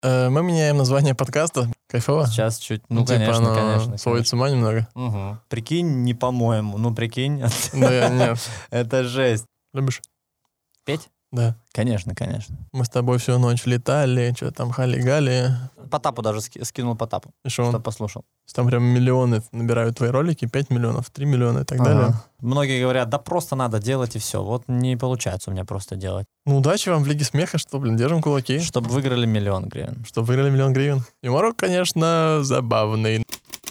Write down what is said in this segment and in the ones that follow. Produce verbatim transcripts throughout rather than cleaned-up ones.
Э, мы меняем название подкаста. Кайфово? Сейчас чуть... Ну, типа конечно, оно конечно. сводит с ума немного? Угу. Прикинь, не по-моему. Ну, прикинь. Да, нет. Это жесть. Любишь? Петь? Да. Конечно, конечно. Мы с тобой всю ночь летали, что там хали-гали. Потапу даже ски- скинул Потапу, И что что он? послушал. Там прям миллионы набирают твои ролики, пять миллионов, три миллиона и так Ага. далее. Многие говорят, да просто надо делать и все. Вот не получается у меня просто делать. Ну, удачи вам в Лиге смеха, что, блин, держим кулаки. Чтобы выиграли миллион гривен. Чтобы выиграли миллион гривен. Юморок, конечно, забавный.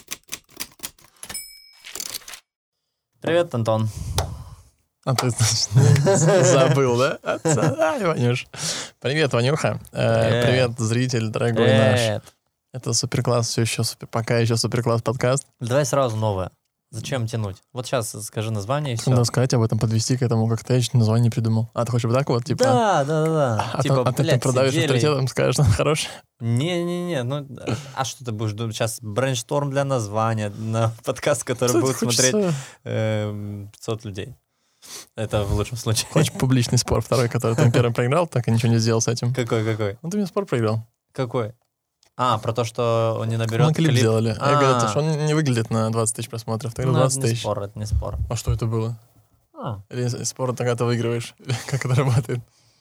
Привет, Антон. А ты значит, забыл, да? Отца, ай, Ванюш. Привет, Ванюха. Э, Привет. Привет, зритель дорогой наш. Привет. Это суперкласс, все еще супер, пока еще суперкласс подкаст. Давай сразу новое. Зачем тянуть? Вот сейчас скажи название и все. Надо сказать об этом, подвести к этому, как-то я еще название не придумал. А ты хочешь вот так вот, типа? Да, да, да, да. А, Типа, ты, а ты блядь, продавишь сидели- авторитетом, скажешь, что хороший. Не-не-не, ну, а что ты будешь думать? Сейчас брейншторм для названия на подкаст, который Что будет ты хочешь, смотреть э, эм, пятьсот людей. Это в лучшем случае. Хочешь публичный спор второй, который ты первым проиграл, так и ничего не сделал с этим. Какой, какой? Ну, ты мне спор проиграл. Какой? А, про то, что он не наберет Мы клип сделали. Я А. говорю, что он не выглядит на двадцать тысяч просмотров. Ты Ну, говорил это двадцать не тысяч. спор, это не спор. А что это было? А, Или спор, когда ты выигрываешь? Как это работает?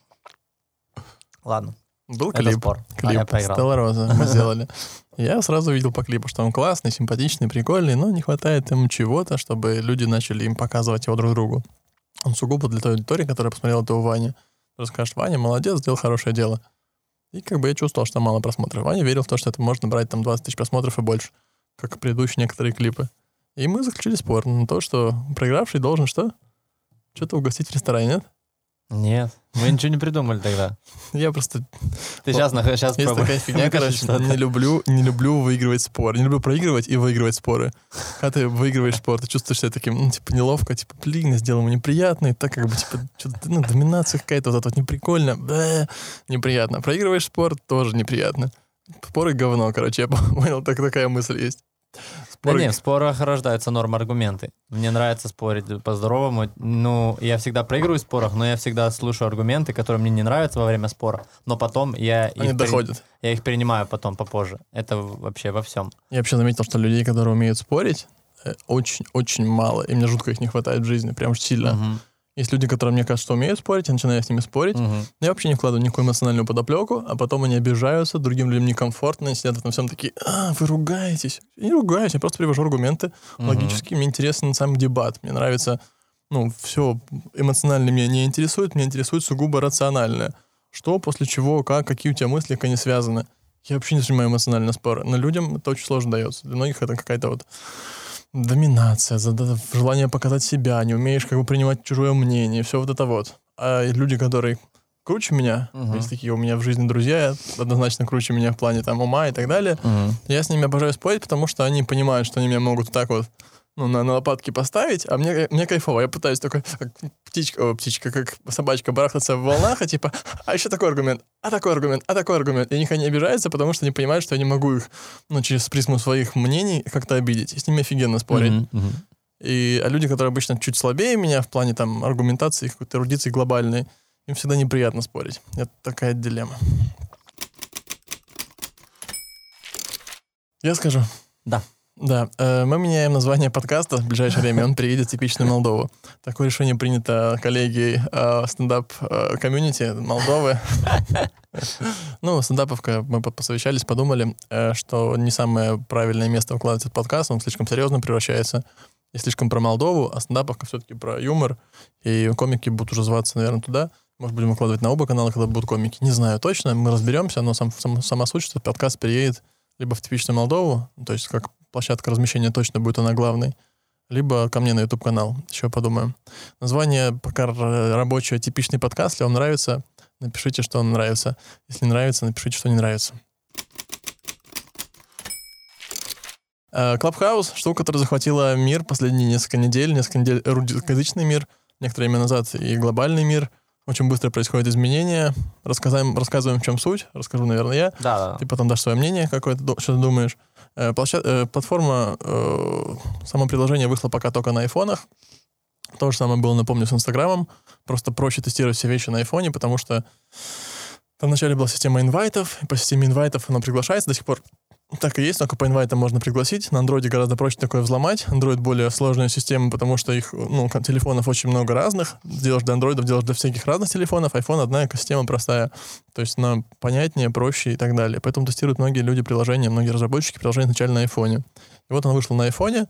ладно, Был это клип. спор. А я Клип проиграл. Стелла Роза мы сделали. Я сразу увидел по клипу, что он классный, симпатичный, прикольный, но не хватает ему чего-то, чтобы люди начали им показывать его друг другу. Он сугубо для той аудитории, которая посмотрела этого Вани. Просто скажет, Ваня молодец, сделал хорошее дело. И как бы я чувствовал, что мало просмотров. Ваня верил в то, что это можно брать там двадцать тысяч просмотров и больше, как и предыдущие некоторые клипы. И мы заключили спор на то, что проигравший должен что? Что-то угостить в ресторане, нет? Нет, мы ничего не придумали тогда. Я просто... Ты сейчас, сейчас Есть такая фигня, короче, не люблю, не люблю выигрывать споры. Не люблю проигрывать и выигрывать споры. Когда ты выигрываешь спор, ты чувствуешь себя таким, ну, типа, неловко, типа, блин, я сделал ему неприятно, и так как бы, типа, что-то, ну, доминация какая-то, вот это вот неприкольно, бэ, неприятно. Проигрываешь спор, тоже неприятно. Споры говно, короче, я понял, так, такая мысль есть. Да Споры- не, в спорах рождаются норм аргументы. Мне нравится спорить по-здоровому. Ну, я всегда проигрываю в спорах, но я всегда слушаю аргументы, которые мне не нравятся во время спора, но потом я Они их, при- доходят. я их принимаю потом попозже. Это вообще во всем. Я вообще заметил, что людей, которые умеют спорить, э, очень-очень мало, и мне жутко их не хватает в жизни, прям сильно. Мгм. Есть люди, которые, мне кажется, умеют спорить, я начинаю с ними спорить, Мгм. я вообще не вкладываю никакую эмоциональную подоплеку, а потом они обижаются, другим людям некомфортно, и сидят в этом всем такие, а, вы ругаетесь. Я не ругаюсь, я просто привожу аргументы Мгм. логически, мне интересен сам дебат, мне нравится, ну, все эмоционально меня не интересует, меня интересует сугубо рациональное. Что, после чего, как, какие у тебя мысли, как они связаны. Я вообще не занимаю эмоционально споры, но людям это очень сложно дается. Для многих это какая-то вот доминация, зада- желание показать себя, не умеешь как бы принимать чужое мнение, все вот это вот. А люди, которые круче меня, Мгм. есть такие у меня в жизни друзья, однозначно круче меня в плане там ума и так далее, Мгм. я с ними обожаю спорить, потому что они понимают, что они меня могут вот так вот ну, на, на лопатки поставить, а мне, мне кайфово. Я пытаюсь только как птичка, о, птичка, как собачка барахтаться в волнах, и типа, а еще такой аргумент, а такой аргумент, а такой аргумент. И они не обижаются, потому что они понимают, что я не могу их, ну, через призму своих мнений как-то обидеть. И с ними офигенно спорить. Мгм. Мгм. И, а люди, которые обычно чуть слабее меня в плане там аргументации, какой-то эрудиции глобальной, им всегда неприятно спорить. Это такая дилемма. Я скажу. Да. Да, э, мы меняем название подкаста в ближайшее время, он приедет в типичную Молдову. Такое решение принято коллегией э, стендап-комьюнити Молдовы. Ну, стендаповка, мы по- посовещались, подумали, э, что не самое правильное место вкладывать этот подкаст, он слишком серьезно превращается, и слишком про Молдову, а стендаповка все-таки про юмор, и комики будут уже зваться, наверное, туда. Может, будем выкладывать на оба канала, когда будут комики. Не знаю точно, мы разберемся, но сам, сам- сама суть, что подкаст переедет либо в типичную Молдову, то есть как площадка размещения точно будет она главной, либо ко мне на YouTube-канал. Еще подумаем. Название пока р- рабочее, типичный подкаст. Если вам нравится, напишите, что вам нравится. Если не нравится, напишите, что не нравится. Клабхаус — штука, которая захватила мир последние несколько недель. Несколько недель русскоязычный мир, некоторое время назад и глобальный мир. Очень быстро происходят изменения. Рассказаем, рассказываем, в чем суть. Расскажу, наверное, я. Да, да. Ты потом дашь свое мнение какое-то, ду- что ты думаешь. Э, площад- э, платформа, э, само приложение вышло пока только на айфонах. То же самое было, напомню, с Инстаграмом. Просто проще тестировать все вещи на айфоне, потому что Там вначале была система инвайтов, и по системе инвайтов оно приглашается до сих пор. Так и есть, только по инвайтам можно пригласить. На андроиде гораздо проще такое взломать. Android более сложная система, потому что их, ну, телефонов очень много разных. Делаешь для андроидов, делаешь для всяких разных телефонов. iPhone одна экосистема простая. То есть она понятнее, проще и так далее. Поэтому тестируют многие люди приложения, многие разработчики приложения изначально на айфоне. И вот он вышел на айфоне,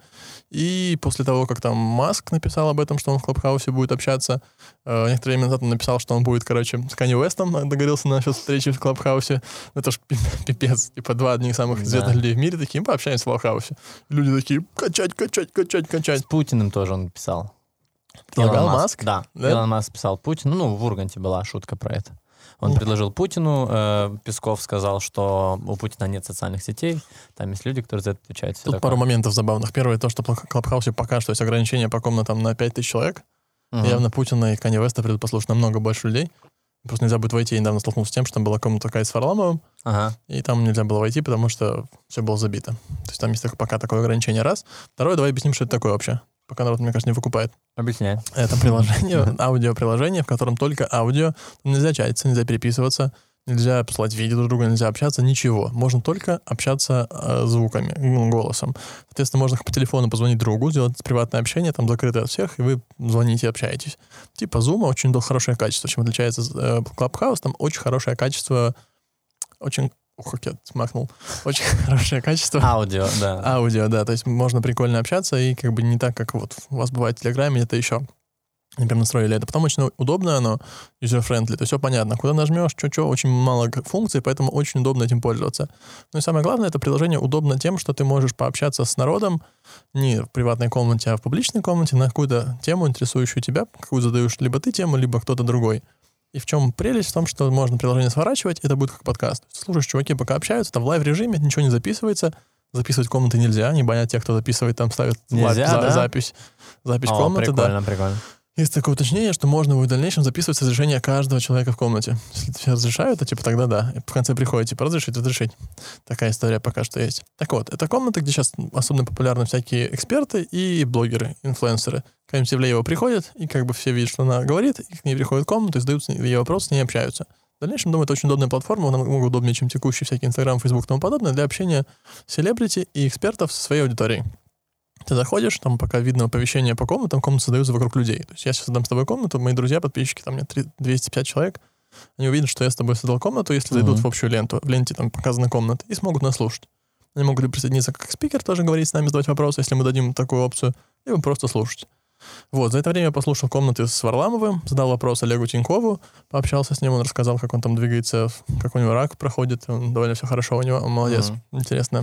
и после того, как там Маск написал об этом, что он в Клабхаусе будет общаться, э, некоторое время назад он написал, что он будет, короче, с Канье Уэстом договорился насчет встречи в Клабхаусе. Это ж пипец. Типа два одних самых известных да. людей в мире такие, пообщаемся в Клабхаусе. Люди такие, качать, качать, качать, качать. С Путиным тоже он писал. Предлагал Маск? Да. да. Илон Маск писал Путину. Ну, в Урганте была шутка про это. Он предложил Путину, э, Песков сказал, что у Путина нет социальных сетей, там есть люди, которые за это отвечают. Тут такое. Пару моментов забавных. Первое, то, что в Клабхаусе пока что есть ограничения по комнатам на пять тысяч человек. Uh-huh. Явно Путина и Канье Уэста придут послушать намного больше людей. Просто нельзя будет войти. Я недавно столкнулся с тем, что там была комната такая с Варламовым, uh-huh. и там нельзя было войти, потому что все было забито. То есть там есть пока такое ограничение. Раз. Второе, давай объясним, что это такое вообще. Пока народ, мне кажется, не выкупает. Объясняй. Это приложение, аудиоприложение, в котором только аудио. Нельзя чатиться, нельзя переписываться, нельзя посылать видео друг другу, нельзя общаться, ничего. Можно только общаться э, звуками, голосом. Соответственно, можно по телефону позвонить другу, сделать приватное общение, там закрытое от всех, и вы звоните и общаетесь. Типа Zoom очень хорошее качество. Чем отличается э, Clubhouse, там очень хорошее качество, очень... Ух, как я смахнул. Очень хорошее качество. Аудио, да. Аудио, да. То есть можно прикольно общаться, и как бы не так, как вот у вас бывает в Телеграме, это еще. Они прям настроили это. Потом очень удобно оно, user-friendly, то есть все понятно. Куда нажмешь, что-что, очень мало функций, поэтому очень удобно этим пользоваться. Ну и самое главное, это приложение удобно тем, что ты можешь пообщаться с народом не в приватной комнате, а в публичной комнате на какую-то тему, интересующую тебя, какую задаешь либо ты тему, либо кто-то другой. И в чем прелесть? В том, что можно приложение сворачивать, это будет как подкаст. Слушаешь, чуваки пока общаются, там в лайв-режиме, ничего не записывается. Записывать комнаты нельзя, не банят тех, кто записывает, там ставит нельзя, лайв, да? запись, запись О, комнаты. Прикольно, да. прикольно. Есть такое уточнение, что можно будет в дальнейшем записывать с разрешения каждого человека в комнате. Если все разрешают, то типа тогда да. И в конце приходит, типа, разрешить, разрешить. Такая история пока что есть. Так вот, это комната, где сейчас особенно популярны всякие эксперты и блогеры, инфлюенсеры. Когда-нибудь Ивлеева приходит, и как бы все видят, что она говорит, и к ней приходит в комнату, и задают ей вопросы, с ней общаются. В дальнейшем, думаю, это очень удобная платформа, намного удобнее, чем текущие всякие Инстаграм, Фейсбук и тому подобное, для общения селебрити и экспертов со своей аудиторией. Ты заходишь, там пока видно оповещение по комнатам, комнаты создаются вокруг людей. То есть я сейчас создам с тобой комнату, мои друзья, подписчики, там у меня двести пятьдесят человек, они увидят, что я с тобой создал комнату, если зайдут uh-huh. в общую ленту. В ленте там показаны комнаты, и смогут нас слушать. Они могут либо присоединиться как спикер, тоже говорить с нами, задавать вопросы, если мы дадим такую опцию, либо просто слушать. Вот, за это время я послушал комнаты с Варламовым, задал вопрос Олегу Тинькову, пообщался с ним, он рассказал, как он там двигается, как у него рак проходит, он довольно все хорошо у него, он молодец, uh-huh. интересно.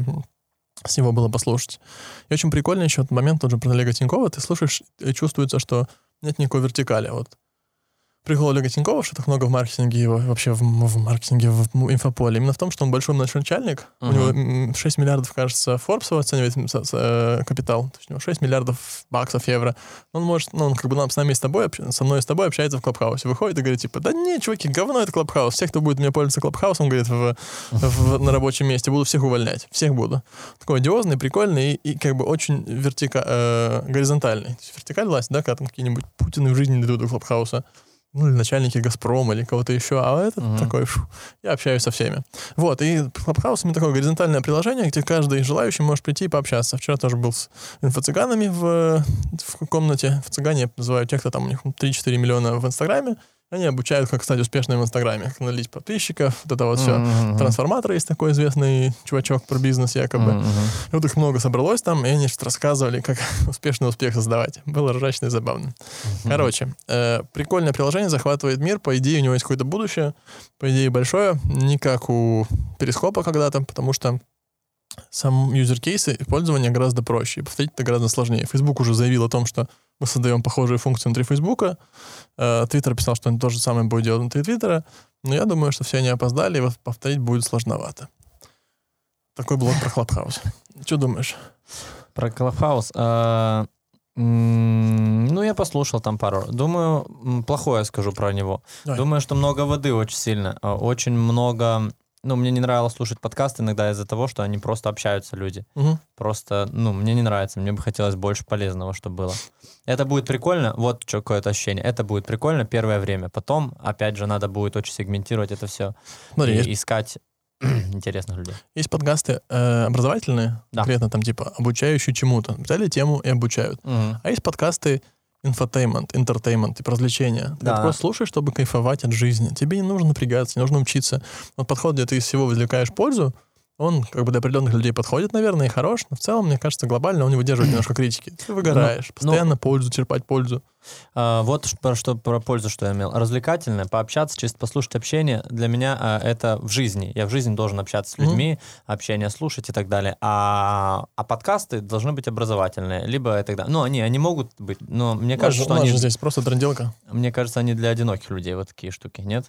С него было послушать. И очень прикольно еще этот момент, тот же про Олега Тинькова, ты слушаешь, и чувствуется, что нет никакой вертикали. Вот. Прикол Олега Тинькова, что так много в маркетинге, его, вообще в, в маркетинге, в инфополе, именно в том, что он большой начальник, uh-huh. у него шесть миллиардов, кажется, Forbes оценивает э, капитал, то есть у него шесть миллиардов баксов, евро. Он может, ну, он как бы нам, с нами и с тобой, со мной и с тобой общается в Клабхаусе, выходит и говорит, типа, да не, чуваки, говно это Клабхаус, все, кто будет у меня пользоваться Клабхаусом, говорит, в, в, на рабочем месте, буду всех увольнять, всех буду. Такой одиозный, прикольный и, и как бы очень вертика, э, горизонтальный. То есть вертикаль власти, да, когда там какие-нибудь Путины в жизни не дойдут до Клабхауса. Ну, или начальники Газпрома, или кого-то еще, а этот uh-huh. такой, фу, я общаюсь со всеми. Вот, и Clubhouse — это такое горизонтальное приложение, где каждый желающий может прийти и пообщаться. Вчера тоже был с инфо-цыганами в, в комнате. В цыгане я называю тех, кто там, у них три-четыре миллиона в Инстаграме. Они обучают, как стать успешным в Инстаграме, как налить подписчиков, вот это вот все. Mm-hmm. Трансформатор есть такой известный чувачок про бизнес якобы. Mm-hmm. И вот их много собралось там, и они что-то рассказывали, как успешный успех создавать. Было ржачно и забавно. Mm-hmm. Короче, э, прикольное приложение, захватывает мир. По идее, у него есть какое-то будущее. По идее, большое. Не как у Перископа когда-то, потому что сам юзер-кейсы пользования гораздо проще. И повторить это гораздо сложнее. Facebook уже заявил о том, что мы создаем похожие функции внутри Фейсбука. Твиттер писал, что он то же самое будет делать внутри Твиттера. Но я думаю, что все они опоздали, и вот повторить будет сложновато. Такой блог про Clubhouse. Что думаешь? Про Clubhouse? А, м- ну, я послушал там пару. Думаю, плохое скажу про него. Ой. Думаю, что много воды очень сильно. Очень много ну, мне не нравилось слушать подкасты иногда из-за того, что они просто общаются люди. Угу. Просто, ну, мне не нравится, мне бы хотелось больше полезного, чтобы было. Это будет прикольно, вот что какое-то ощущение, это будет прикольно первое время. Потом, опять же, надо будет очень сегментировать это все Смотри, и есть, искать интересных людей. есть подкасты э, образовательные, Да. конкретно там типа обучающие чему-то. Взяли тему и обучают. Мгм. А есть подкасты инфотеймент, интертеймент, типа развлечения. Ты Да. просто слушаешь, чтобы кайфовать от жизни. Тебе не нужно напрягаться, не нужно учиться. Вот подход, где ты из всего извлекаешь пользу, он как бы для определенных людей подходит, наверное, и хорош, но в целом, мне кажется, глобально он не выдерживает немножко критики. Ты выгораешь, Ну, постоянно пользу, черпать пользу. А, вот ш- про что про пользу, что я имел. Развлекательное, пообщаться, чисто послушать общение. Для меня а, это в жизни. Я в жизни должен общаться с Мгм. людьми, общение слушать и так далее. А, а подкасты должны быть образовательные. Либо и так далее. Ну, они, они могут быть, но мне У нас кажется, же- что у нас они, же здесь просто тренделка. мне кажется, они для одиноких людей, вот такие штуки, нет?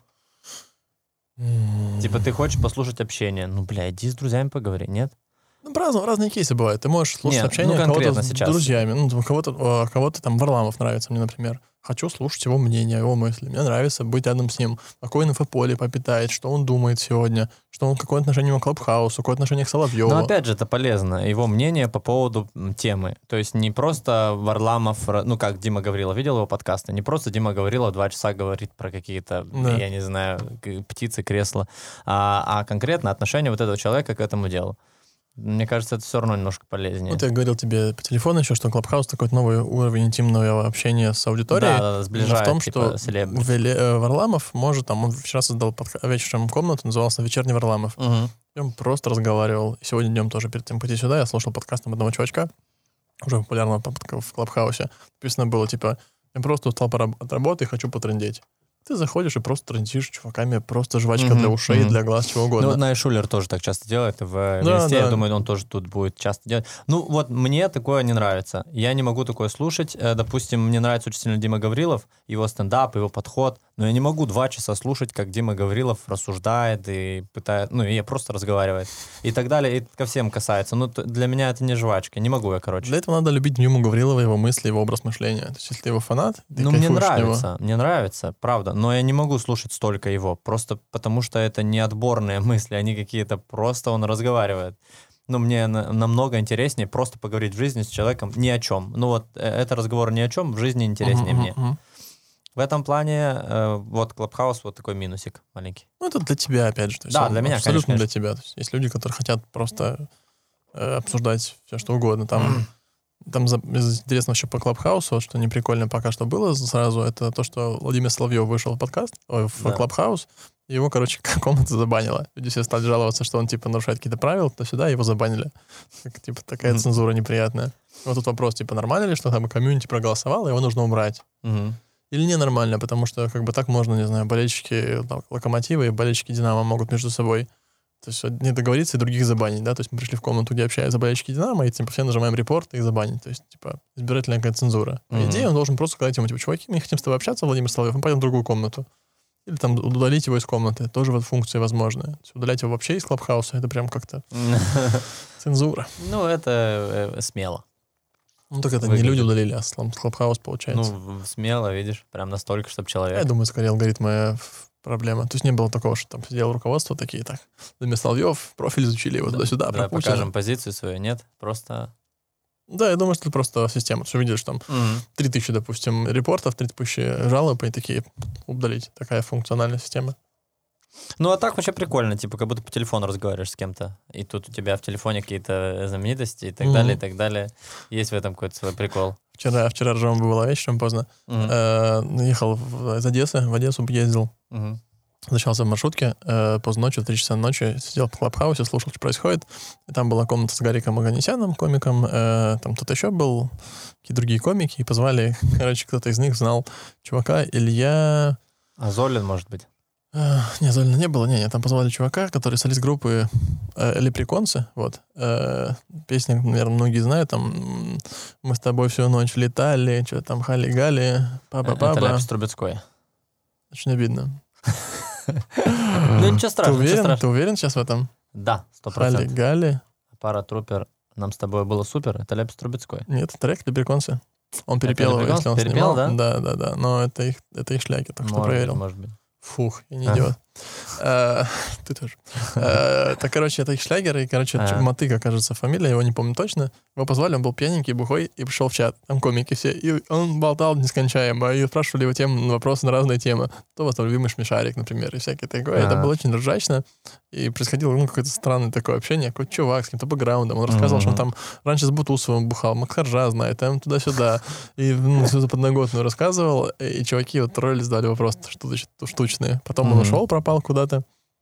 Типа ты хочешь послушать общение. Ну, бля, иди с друзьями поговори, нет? Ну, по-разному, разные кейсы бывают. Ты можешь слушать Не, общение ну, кого-то конкретно с сейчас. друзьями. Ну, там, кого-то, а, кого-то там Варламов нравится мне, например. Хочу слушать его мнение, его мысли. Мне нравится быть рядом с ним. Какое инфополе попитает, что он думает сегодня, что он, какое отношение у Клабхаусу, какое отношение к Соловьеву. Но опять же, это полезно. Его мнение по поводу м, темы. То есть не просто Варламов, ра- ну как Дима Гаврилов, видел его подкасты? Не просто Дима Гаврилов два часа говорит про какие-то, Да. я не знаю, к- птицы, кресла, а, а конкретно отношение вот этого человека к этому делу. Мне кажется, это все равно немножко полезнее. Вот я говорил тебе по телефону еще, что Клабхаус такой новый уровень интимного общения с аудиторией. Да, да, да, сближает, в том, типа, что селебрити. Веле- э, Варламов может, там, он вчера создал подка- вечером комнату, назывался «Вечерний Варламов». Мгм. И он просто разговаривал. И сегодня днем тоже перед тем пойти сюда я слушал подкаст там одного чувачка, уже популярного по- подка- в Клабхаусе. Написано было, типа, я просто устал пораб- от работы и хочу потрындеть. Ты заходишь и просто трындишь с чуваками, просто жвачка Мгм, для ушей, мгм. для глаз, чего угодно. Ну, Най Шулер тоже так часто делает в Да, Инсте, я да. думаю, он тоже тут будет часто делать. Ну, вот мне такое не нравится. Я не могу такое слушать. Э, Допустим, мне нравится очень сильно Дима Гаврилов, его стендап, его подход, но я не могу два часа слушать, как Дима Гаврилов рассуждает и пытает, ну, и просто разговаривает. И так далее, и ко всем касается. Ну, т- для меня это не жвачка, не могу я, короче. Для этого надо любить Диму Гаврилова, его мысли, его образ мышления. То есть, если ты его фанат, ты Ну, мне кайфуешь от него. нравится, мне нравится, правда, но я не могу слушать столько его, просто потому что это не отборные мысли, они какие-то, просто он разговаривает. Ну, мне на- намного интереснее просто поговорить в жизни с человеком ни о чем. Ну, вот э, это разговор ни о чем, в жизни интереснее Мгм, мне. мгм, мгм. В этом плане, э, вот, Клабхаус, вот такой минусик маленький. Ну, это для тебя, опять же. То есть Да, он для меня, абсолютно конечно, для тебя. То есть, есть люди, которые хотят просто э, обсуждать все, что угодно. Там, там за- из интересного еще по Клабхаусу, вот что не прикольно пока что было сразу, это то, что Владимир Соловьев вышел в подкаст, ой, в Да. Клабхаус, и его, короче, комната забанила. Люди все стали жаловаться, что он, типа, нарушает какие-то правила, то сюда его забанили. Как, типа, такая Мгм. цензура неприятная. Вот тут вопрос, типа, нормально ли, что там комьюнити проголосовало, его нужно убрать? Мгм. Или ненормально, потому что как бы так можно, не знаю, болельщики там, Локомотива и болельщики Динамо могут между собой, то есть не договориться и других забанить, да, то есть мы пришли в комнату, где общаются болельщики Динамо, и типа все нажимаем репорт и их забанить, то есть типа избирательная какая-то цензура. По Мгм. идее он должен просто сказать ему, типа, чуваки, мы не хотим с тобой общаться, Владимир Соловьев, мы пойдем в другую комнату. Или там удалить его из комнаты, тоже вот функция возможная. То есть удалять его вообще из Клабхауса, это прям как-то цензура. Ну, это э, смело. Ну так это Выглядит. не люди удалили, а слам- Клабхаус получается. Ну, в- смело, видишь, прям настолько, чтобы Я человек... думаю, скорее алгоритмы ф- проблема. То есть не было такого, что там сидело руководство такие, так, Владимир Соловьев, профиль изучили его туда-сюда, Да, про Путина. покажем позицию свою, нет? Просто... Да, я думаю, что это просто система. Что видишь, там Мгм. три тысячи, допустим, репортов, три тысячи жалоб, и такие удалить. Такая функциональная система. Ну, а так вообще прикольно, типа, как будто по телефону разговариваешь с кем-то, и тут у тебя в телефоне какие-то знаменитости и так Мгм. далее, и так далее. Есть в этом какой-то свой прикол. Вчера, вчера Рома было вечером поздно. Мгм. Э, ехал в- из Одессы, в Одессу ездил. Мгм. Возвращался в маршрутке, э, поздно ночью, в три часа ночи, сидел в Клабхаусе, слушал, что происходит. И там была комната с Гариком Оганесяном, комиком. э, там кто-то еще был, какие другие комики. И позвали, короче, кто-то из них знал чувака Илья... А Золин, может быть? Э, не, Золина не было. Не, не, там позвали чувака, который солист группы э, Лепреконсы. Вот. Э, песни, наверное, многие знают. Там м, «Мы с тобой всю ночь летали», что там «Хали-гали», Это «Папа-папа». Ляпис Трубецкой. Очень обидно. Ну, ничего Ты страшного, ничего уверен? Ты страшного. уверен сейчас в этом? Да, сто процентов. Хали-гали. Пара Трупер, нам с тобой было супер, это Ляпис Трубецкой. Нет, трек «Лепреконсы». Он перепел его, «Лепреконсы»? если он Перепел, снимал. да? Да, да, да. Но это их, это их шляги, так что Может быть, проверил. может быть. Фух, я не А. идиот. Э, Ты тоже. Э, Так, короче, это их шлягер, и, короче, А. Мотыга, кажется, фамилия, его не помню точно. Его позвали, он был пьяненький, бухой, и пришел в чат. Там комики все. И он болтал нескончаемо, и спрашивали его тем, вопросы на разные темы. Кто у вас там любимый смешарик, например, и всякое такое. Это А. было очень ржачно. И происходило, ну, какое-то странное такое общение. Какой-то чувак с каким-то бэкграундом. Он рассказывал, что он там раньше с Бутусовым бухал, Максаржа знает, там туда-сюда. И ну, всю за подноготную рассказывал. И чуваки вот тролли задали вопрос, что значит штучные. Потом он Мгм. ушел, пропал куда-то.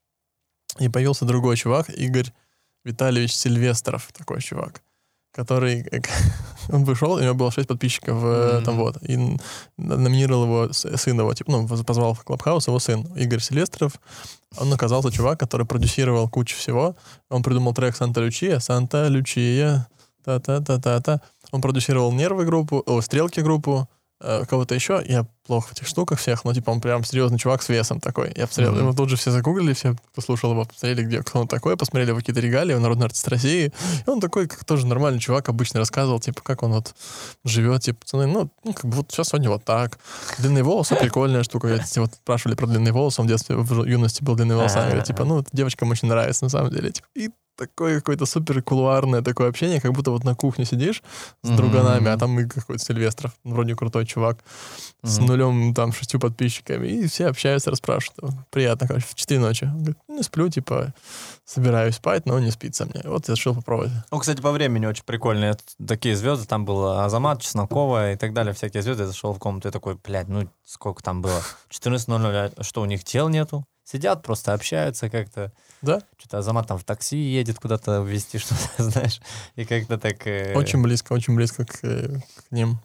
И появился другой чувак, Игорь Витальевич Сильвестров, такой чувак, который... Он вышел, у него было шесть подписчиков, mm-hmm. там вот, и номинировал его сын его, типа, ну, позвал в Клабхаус его сын, Игорь Сильвестров. Он оказался чувак, который продюсировал кучу всего. Он придумал трек «Санта Лючия», «Санта Лючия», та-та-та-та-та. Он продюсировал «Нервы» группу, о, «Стрелки» группу, кого-то еще, я плохо в этих штуках всех, но типа он прям серьезный чувак с весом такой. Я посмотрел, mm-hmm. его тут же все загуглили, все послушал его, посмотрели, где кто он такой, посмотрели его какие-то регалии, он народный артист России. И он такой, как тоже нормальный чувак, обычно рассказывал, типа, как он вот живет, типа, пацаны, ну, ну, как бы вот сейчас сегодня вот так. Длинные волосы, прикольная штука. Я вот спрашивали про длинные волосы, он в детстве, в юности был длинными волосами. Говорит, типа, ну, девочкам очень нравится, на самом деле. Типа, и такое какое-то супер кулуарное такое общение, как будто вот на кухне сидишь с mm-hmm. друганами, а там и какой-то Сильвестров, вроде крутой чувак, mm-hmm. с нулем, там, шестью подписчиками, и все общаются, расспрашивают. Приятно, короче, в четыре ночи. Он говорит, не сплю, типа, собираюсь спать, но не спится мне. Вот я решил попробовать. Ну, кстати, по времени очень прикольные такие звезды. Там был Азамат, Чеснокова и так далее, всякие звезды. Я зашел в комнату и такой, блядь, ну, сколько там было? четырнадцать ноль ноль, что, у них дел нету? Сидят, просто общаются как-то. Да? Что-то Азамат там в такси едет куда-то везти что-то, знаешь. И как-то так... Э... Очень близко, очень близко к, к ним.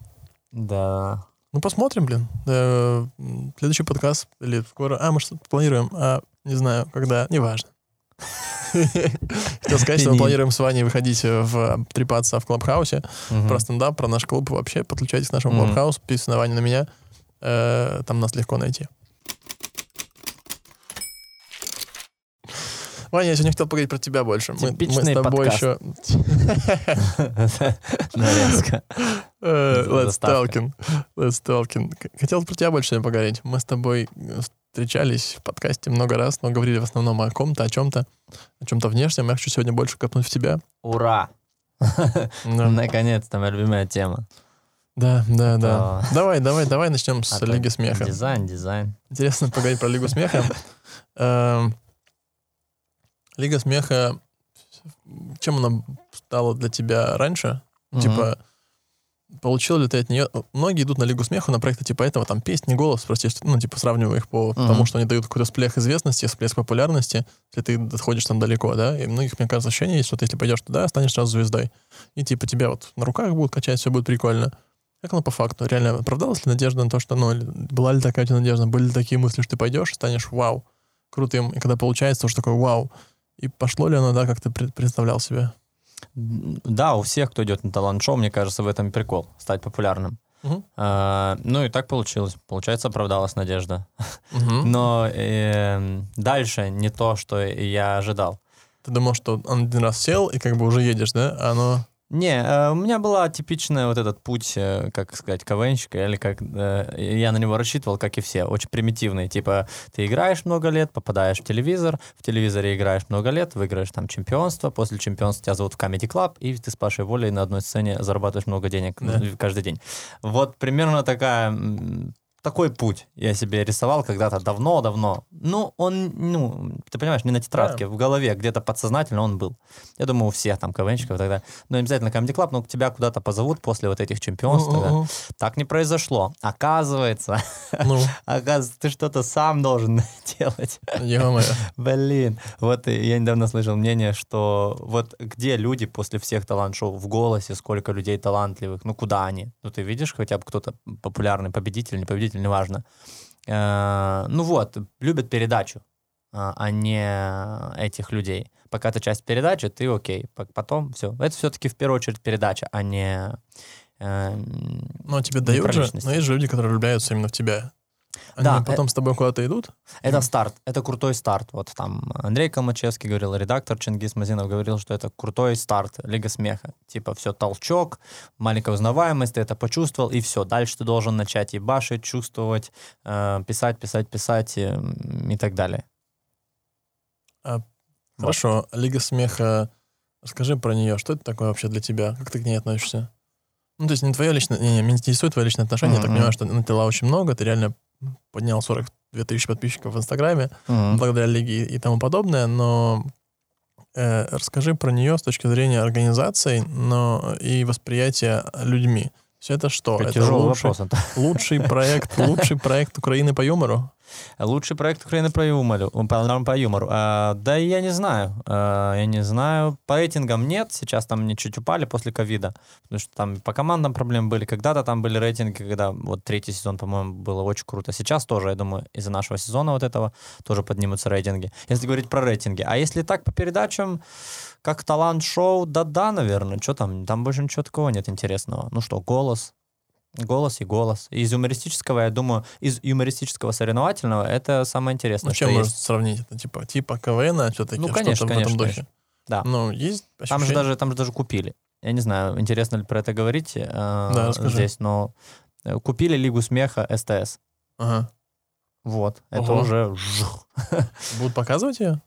Да. Ну, посмотрим, блин. Э, следующий подкаст или скоро... А, мы что-то планируем. А, не знаю, когда. Неважно. Хотел сказать, что мы планируем с Ваней выходить в трепаться в Клабхаусе. Про стендап, про наш клуб вообще. Подключайтесь к нашему Клабхаусу, подписывайтесь на Ваню, на меня. Там нас легко найти. Ваня, я сегодня хотел поговорить про тебя больше. Мы, мы с тобой подкаст. еще... Нарезка. Let's talking. Let's talking. Хотел про тебя больше сегодня поговорить. Мы с тобой встречались в подкасте много раз, но говорили в основном о ком-то, о чем-то, о чем-то внешнем. Я хочу сегодня больше копнуть в тебя. Ура! Наконец-то, моя любимая тема. Да, да, да. Давай, давай, давай начнем с Лиги смеха. Дизайн, дизайн. Интересно поговорить про Лигу смеха. Лига смеха, чем она стала для тебя раньше? Mm-hmm. Типа, получил ли ты от нее... Многие идут на Лигу смеха на проекты типа этого, там, песни, голос, просто, ну, типа, сравнивая их по mm-hmm. тому, что они дают какой-то всплеск известности, всплеск популярности, если ты доходишь там далеко, да, и у многих, мне кажется, ощущение есть, что ты, если пойдешь туда, станешь сразу звездой. И, типа, тебя вот на руках будут качать, все будет прикольно. Как оно по факту? Реально оправдалась ли надежда на то, что, ну, была ли такая у тебя надежда, были ли такие мысли, что ты пойдешь и станешь вау, крутым, и когда получается, то что такое вау. И пошло ли оно, да, как ты представлял себе? Да, у всех, кто идет на талант-шоу, мне кажется, в этом и прикол, стать популярным. Uh-huh. А, ну и так получилось. Получается, оправдалась надежда. Uh-huh. Но э, дальше не то, что я ожидал. Ты думал, что он один раз сел, и как бы уже едешь, да? А оно... Не, э, у меня была типичная вот этот путь, э, как сказать, КВНщика, или как э, я на него рассчитывал, как и все, очень примитивный. Типа, ты играешь много лет, попадаешь в телевизор, в телевизоре играешь много лет, выиграешь там чемпионство, после чемпионства тебя зовут в Comedy Club, и ты с Пашей Волей на одной сцене зарабатываешь много денег да. каждый день. Вот примерно такая... Такой путь я себе рисовал когда-то давно-давно. Ну, он, ну, ты понимаешь, не на тетрадке, да. в голове, где-то подсознательно он был. Я думаю, у всех там КВНщиков тогда. Ну, обязательно Comedy Club, но тебя куда-то позовут после вот этих чемпионств. Uh-uh. Так не произошло. Оказывается, ну. оказывается, ты что-то сам должен делать. Ё-моё. Блин. Вот я недавно слышал мнение, что вот где люди после всех талант-шоу в «Голосе», сколько людей талантливых, ну, куда они? Ну, ты видишь хотя бы кто-то популярный, победитель, не победитель, неважно. Э, ну вот, любят передачу, а не этих людей. Пока ты часть передачи, ты окей. Потом все. Это все-таки в первую очередь передача, а не э, Ну, тебе дают же, но есть же люди, которые влюбляются именно в тебя. Они да, потом э... с тобой куда-то идут? Это mm. старт, это крутой старт. Вот там Андрей Калмачевский говорил, редактор Чингис Мазинов говорил, что это крутой старт Лига смеха. Типа все, толчок, маленькая узнаваемость, ты это почувствовал, и все. Дальше ты должен начать ебашить, чувствовать, э, писать, писать, писать э, и так далее. А, хорошо, Лига Смеха, расскажи про нее. Что это такое вообще для тебя? Как ты к ней относишься? Ну, то есть не твое личное... Не, не, меня интересует твое личное отношение. Mm-hmm. Я так понимаю, что на тела очень много. Ты реально поднял сорок две тысячи подписчиков в Инстаграме mm-hmm. благодаря Лиге и тому подобное. Но э, расскажи про нее с точки зрения организации, но и восприятия людьми. Все это что? Это, это лучший, вопрос, это. лучший проект, лучший проект Украины по юмору? Лучший проект Украины по юмору. По, по юмору. А, да я не знаю. А, я не знаю. По рейтингам нет. Сейчас там они чуть упали после ковида. Потому что там по командам проблемы были. Когда-то там были рейтинги, когда вот третий сезон, по-моему, было очень круто. Сейчас тоже, я думаю, из-за нашего сезона вот этого тоже поднимутся рейтинги. Если говорить про рейтинги. А если так по передачам, как талант-шоу, да-да, наверное. Что там? Там больше ничего такого нет интересного. Ну что, голос. Голос и голос. Из юмористического, я думаю, из юмористического соревновательного это самое интересное, ну, что чем есть. можно сравнить? Это типа, типа КВН, все-таки ну, конечно, что-то конечно, в этом духе? Конечно. Да. Ну, есть ощущение? Там же, даже, там же даже купили. Я не знаю, интересно ли про это говорить э, да, здесь, но купили Лигу Смеха СТС. Ага. Вот. Ого. Это уже... Будут показывать ее?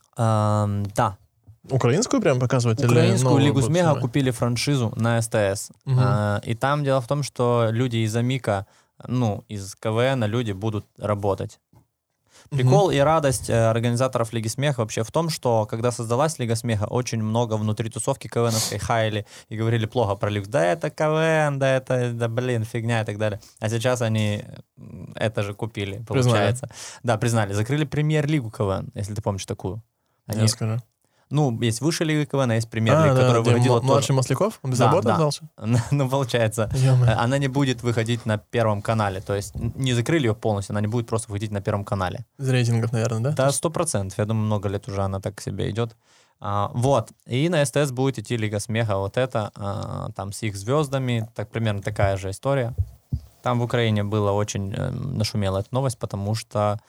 А, да. Украинскую прям показывать? Украинскую или Лигу Смеха снимать? купили франшизу на СТС. Угу. А, и там дело в том, что люди из Амика, ну, из КВН люди будут работать. Прикол угу. и радость э, организаторов Лиги Смеха вообще в том, что когда создалась Лига Смеха, очень много внутри тусовки КВНовской хаяли и говорили плохо про Лигу. Да это КВН, да это, да блин, фигня и так далее. А сейчас они это же купили, получается. Признали. Да, признали. Закрыли премьер-лигу КВН, если ты помнишь такую. Они... Я скажу. Ну, есть высшая лига КВН, есть премьер-лига, а, которая да, выходила... Младший тоже... Масляков? Он без да, работы да. остался? Ну, получается. Ё-моё. Она не будет выходить на Первом канале. То есть не закрыли ее полностью, она не будет просто выходить на Первом канале. Из рейтингов, наверное, да? Да, сто процентов. Я думаю, много лет уже она так к себе идет. А, вот. И на СТС будет идти Лига Смеха. Вот это, а, там с их звездами. Так, примерно такая же история. Там в Украине было очень э, нашумела эта новость, потому что,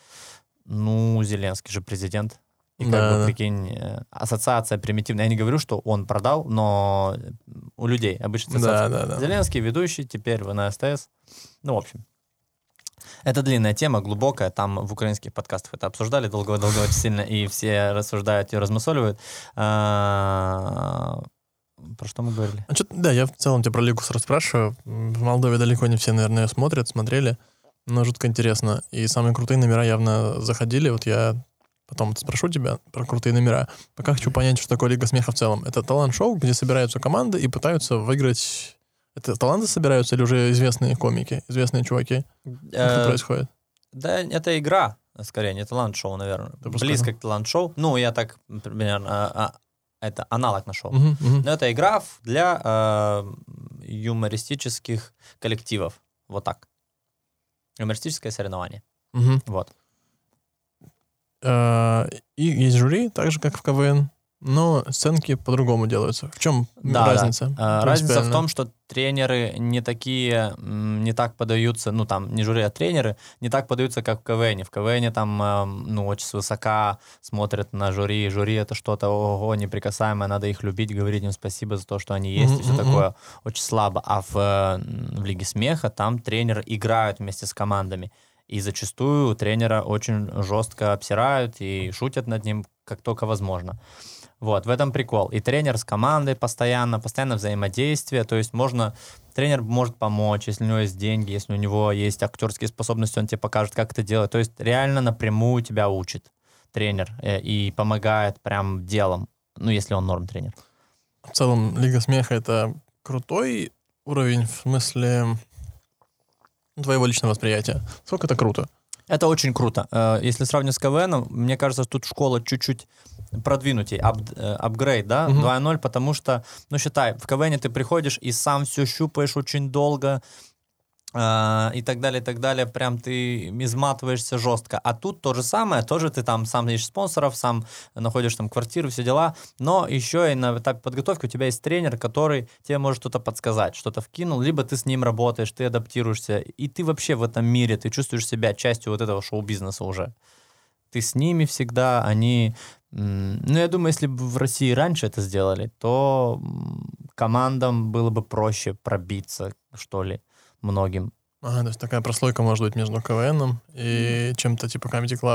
ну, Зеленский же президент. И как да, бы, да. прикинь, ассоциация примитивная. Я не говорю, что он продал, но у людей обычно ассоциация. Да, да, да. Зеленский ведущий, теперь вы на СТС. Ну, в общем. Это длинная тема, глубокая. Там в украинских подкастах это обсуждали долго-долго очень сильно, и все рассуждают и размусоливают. А, про что мы говорили? А что, да, я в целом тебя про Лигу расспрашиваю. В Молдове далеко не все, наверное, ее смотрят, смотрели. Но жутко интересно. И самые крутые номера явно заходили. Вот я... Потом спрошу тебя про крутые номера. Пока хочу понять, что такое Лига Смеха в целом. Это талант-шоу, где собираются команды и пытаются выиграть... Это таланты собираются или уже известные комики, известные чуваки? Как это происходит? Да, это игра, скорее, не талант-шоу, наверное. Близко к талант-шоу. Ну, я так, примерно, это аналог нашел. Uh-huh, uh-huh. Но это игра для э, юмористических коллективов. Вот так. Юмористическое соревнование. Uh-huh. Вот. И есть жюри, так же, как в КВН, но сценки по-другому делаются. В чем да, разница? Да. Разница в том, что тренеры не такие, не так подаются, ну там не жюри, а тренеры, не так подаются, как в КВН. В КВН там, ну, очень свысока смотрят на жюри. Жюри — это что-то, ого, неприкасаемое, надо их любить, говорить им спасибо за то, что они есть, mm-hmm. и все такое очень слабо. А в, в Лиге Смеха там тренеры играют вместе с командами. И зачастую тренера очень жестко обсирают и шутят над ним, как только возможно. Вот, в этом прикол. И тренер с командой постоянно, постоянно взаимодействие. То есть можно, тренер может помочь, если у него есть деньги, если у него есть актерские способности, он тебе покажет, как это делать. То есть реально напрямую тебя учит тренер и помогает прям делом, ну, если он норм-тренер. В целом, Лига Смеха — это крутой уровень, в смысле... твоего личного восприятия. Сколько это круто? Это очень круто. Если сравнивать с КВНом, мне кажется, тут школа чуть-чуть продвинутей, ап, апгрейд, да, угу. два ноль, потому что, ну, считай, в КВНе ты приходишь и сам все щупаешь очень долго, Uh, и так далее, и так далее, прям ты изматываешься жестко. А тут то же самое, тоже ты там сам ищешь спонсоров, сам находишь там квартиру, все дела, но еще и на этапе подготовки у тебя есть тренер, который тебе может что-то подсказать, что-то вкинул, либо ты с ним работаешь, ты адаптируешься, и ты вообще в этом мире, ты чувствуешь себя частью вот этого шоу-бизнеса уже. Ты с ними всегда, они... Ну, я думаю, если бы в России раньше это сделали, то командам было бы проще пробиться, что ли, многим. Ага, то есть такая прослойка может быть между КВНом и чем-то типа Comedy Club.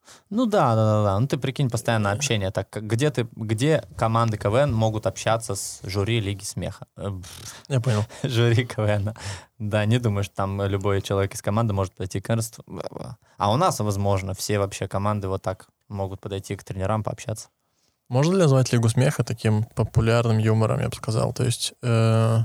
Ну да, да, да, да. Ну ты прикинь, постоянное общение. Так как- где ты, где команды КВН могут общаться с жюри Лиги Смеха? Э, Я понял. Жюри КВН. Да, не думаю, что там любой человек из команды может подойти к Эрнсту. А у нас, возможно, все вообще команды вот так могут подойти к тренерам, пообщаться. Можно ли назвать Лигу Смеха таким популярным юмором, я бы сказал? То есть, э,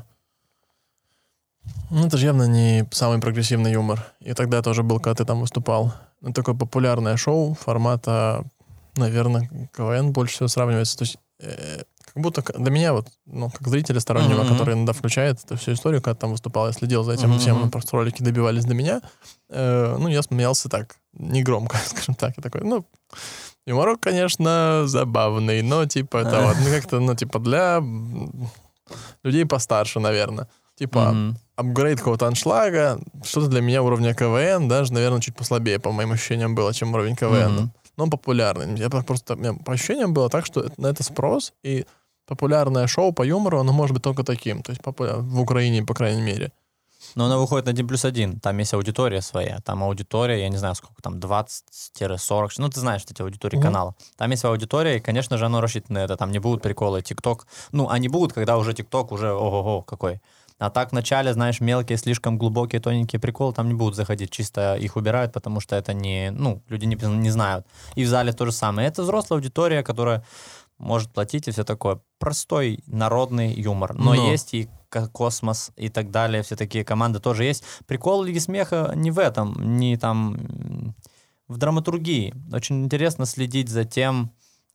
ну, это же явно не самый прогрессивный юмор. И тогда тоже был, когда ты там выступал. Ну, такое популярное шоу формата, наверное, КВН больше всего сравнивается. То есть, э, как будто к- для меня, вот, ну, как зрителя стороннего, Мгм. который иногда включает эту всю историю, когда там выступал, я следил за этим Мгм, всем, мгм. ну, просто ролики добивались до меня. Э, ну, я смеялся так, негромко, скажем так. Я такой, ну, юморок, конечно, забавный, но, типа, это вот, ну, как-то, ну, типа, для м, людей постарше, наверное. Типа, Мгм. апгрейд какого-то аншлага, что-то для меня уровня КВН, даже, наверное, чуть послабее, по моим ощущениям, было, чем уровень КВН. Мгм. Но он популярный. Я просто, у меня по ощущениям было так, что на это спрос, и популярное шоу по юмору, оно может быть только таким. То есть популя- в Украине, по крайней мере. Но она выходит на один плюс один. Там есть аудитория своя. Там аудитория, я не знаю, сколько там, двадцать-сорок. Ну, ты знаешь эти аудитории Мгм. канала. Там есть своя аудитория, и, конечно же, оно рассчитано на это. Там не будут приколы, ТикТок. Ну, они будут, когда уже ТикТок уже ого-го какой. А так вначале, знаешь, мелкие, слишком глубокие, тоненькие приколы там не будут заходить. Чисто их убирают, потому что это не... Ну, люди не, не знают. И в зале то же самое. Это взрослая аудитория, которая может платить и все такое. Простой народный юмор. Но, Но. есть и ко- космос и так далее, все такие команды тоже есть. Прикол Лиги Смеха не в этом, не там м, в драматургии. Очень интересно следить за тем,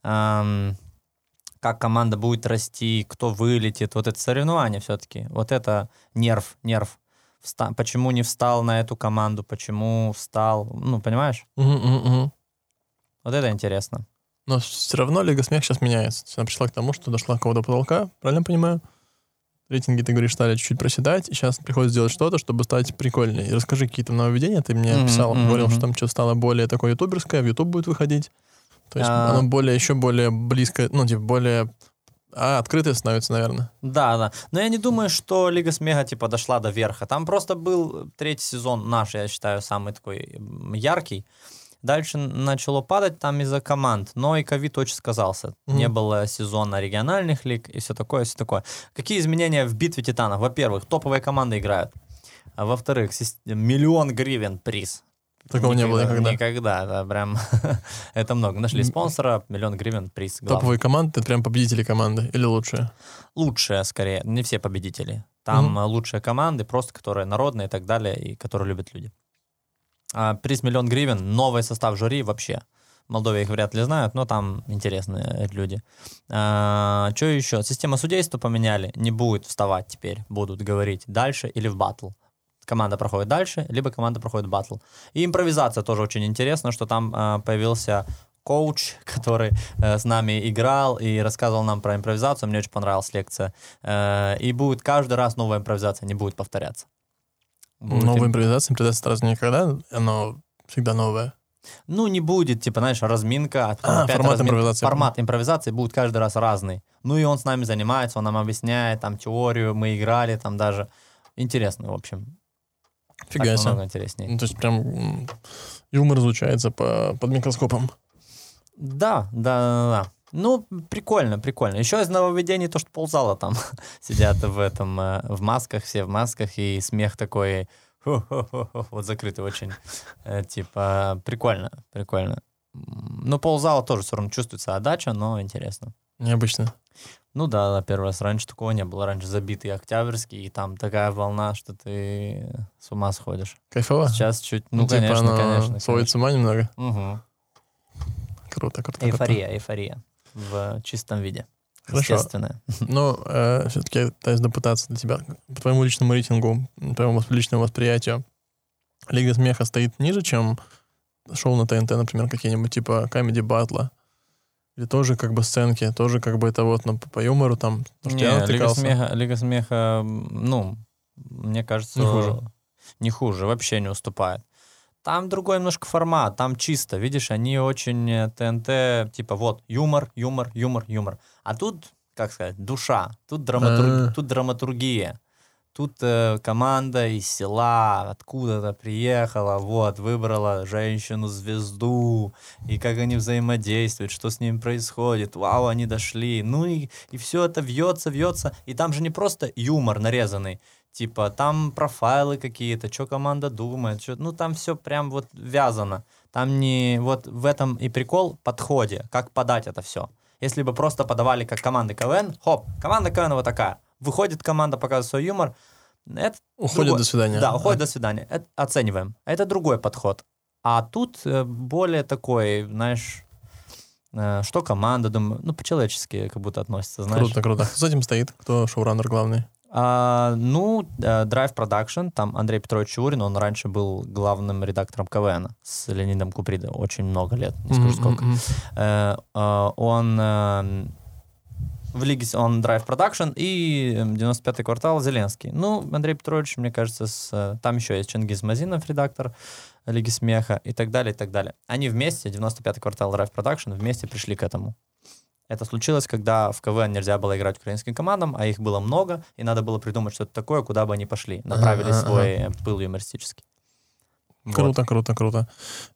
эм, как команда будет расти, кто вылетит. Вот это соревнование все-таки. Вот это нерв, нерв. Вста- почему не встал на эту команду, почему встал, ну, понимаешь? Мгм, мгм, мгм. Вот это интересно. Но все равно Лига Смеха сейчас меняется. То есть она пришла к тому, что дошла какого-то потолка, правильно я понимаю? Рейтинги, ты говоришь, стали чуть-чуть проседать, и сейчас приходится делать что-то, чтобы стать прикольнее. И расскажи какие-то нововведения. Ты мне Мгм, писал, мгм, говорил, мгм. что там что стало более такое ютуберское, в ютуб будет выходить. То есть А, оно более, еще более близко, ну, типа, более а, открытое становится, наверное. Да, да. Но я не думаю, что Лига Смеха типа дошла до верха. Там просто был третий сезон наш, я считаю, самый такой м, яркий. Дальше начало падать там из-за команд, но и ковид очень сказался. Мгм. Не было сезона региональных лиг и все такое, все такое. Какие изменения в битве титанов? Во-первых, топовые команды играют. А во-вторых, сис- миллион гривен приз. Такого не было никогда. Никогда, да, прям это много. Нашли М. спонсора, миллион гривен приз. главный. Топовые команды, это прям победители команды или лучшие? Лучшие, скорее, не все победители. Там Мгм. э, лучшие команды, просто которые народные и так далее, и которые любят люди. А, приз миллион гривен, новый состав жюри вообще. В Молдове их вряд ли знают, но там интересные люди. А, что еще? Система судейства поменяли, не будет вставать теперь, будут говорить дальше или в батл. Команда проходит дальше, либо команда проходит батл. И импровизация тоже очень интересно, что там а, появился коуч, который э, с нами играл и рассказывал нам про импровизацию. Мне очень понравилась лекция. Э, и будет каждый раз новая импровизация, не будет повторяться. Будет Новая им- импровизация импровизация сразу никогда, оно всегда новое. Ну, не будет, типа, знаешь, разминка, а потом А, опять формат разминка. импровизации. Формат импровизации будет каждый раз разный. Ну, и он с нами занимается, он нам объясняет, там, теорию, мы играли, там, даже. Интересно, в общем. Фига Так себе. намного интереснее. Ну, то есть прям м, юмор изучается по, под микроскопом. Да, да, да, да. Ну, прикольно, прикольно. Еще из нововведений то, что ползала там сидят в этом, э, в масках, все в масках, и смех такой, хо-хо-хо-хо, вот закрытый очень. Э, Типа, прикольно, прикольно. М, Ну, ползала тоже все равно чувствуется отдача, но интересно. Необычно. Ну да, да, первый раз. Раньше такого не было. Раньше забитый Октябрьский, и там такая волна, что ты с ума сходишь. Кайфово? Сейчас чуть, ну, Ну, типа конечно, оно конечно. сводит с ума немного? Мгм. Круто, круто, круто. Эйфория, эйфория в чистом виде. Хорошо. Естественная. Ну, э, все-таки я пытаюсь допытаться для тебя. По твоему личному рейтингу, по твоему вос- личному восприятию, Лига Смеха стоит ниже, чем шоу на ТНТ, например, какие-нибудь типа Comedy Battle? Или тоже как бы сценки, тоже как бы это вот ну, по, по юмору там, потому что я Не, Лига натыкался. смеха, Лига смеха, м, ну, мне кажется, Не хуже. не хуже, вообще не уступает. Там другой немножко формат, там чисто, видишь, они очень э, ТНТ, типа вот, юмор, юмор, юмор, юмор. А тут, как сказать, душа, тут, драматург... А. тут драматургия. тут э, команда из села откуда-то приехала, вот, выбрала женщину-звезду, и как они взаимодействуют, что с ними происходит, вау, они дошли, ну и, и все это вьется, вьется, и там же не просто юмор нарезанный, типа там профайлы какие-то, что команда думает, чё, ну там все прям вот вязано, там не, вот в этом и прикол подходе, как подать это все. Если бы просто подавали как команды КВН, хоп, команда КВН вот такая, выходит команда, показывает свой юмор, это уходит другой, до свидания. Да, уходит а. до свидания. Это оцениваем. Это другой подход. А тут более такой, знаешь, что команда, думаю, ну, по-человечески как будто относится, знаешь. Круто, круто. Кто с этим стоит? Кто шоураннер главный? А, ну, Drive Production, там Андрей Петрович Чурин, он раньше был главным редактором КВН с Леонидом Купридо очень много лет, не скажу сколько. Mm-hmm. Он в Лиге, он Drive Production и девяносто пятый квартал Зеленский. Ну, Андрей Петрович, мне кажется, с, там еще есть Чингиз Мазинов, редактор Лиги Смеха и так далее, и так далее. Они вместе, девяносто пятый квартал Drive Production, вместе пришли к этому. Это случилось, когда в КВН нельзя было играть украинским командам, а их было много, и надо было придумать что-то такое, куда бы они пошли. Направили ага, свой ага. пыл юмористический. Круто, вот. круто, круто.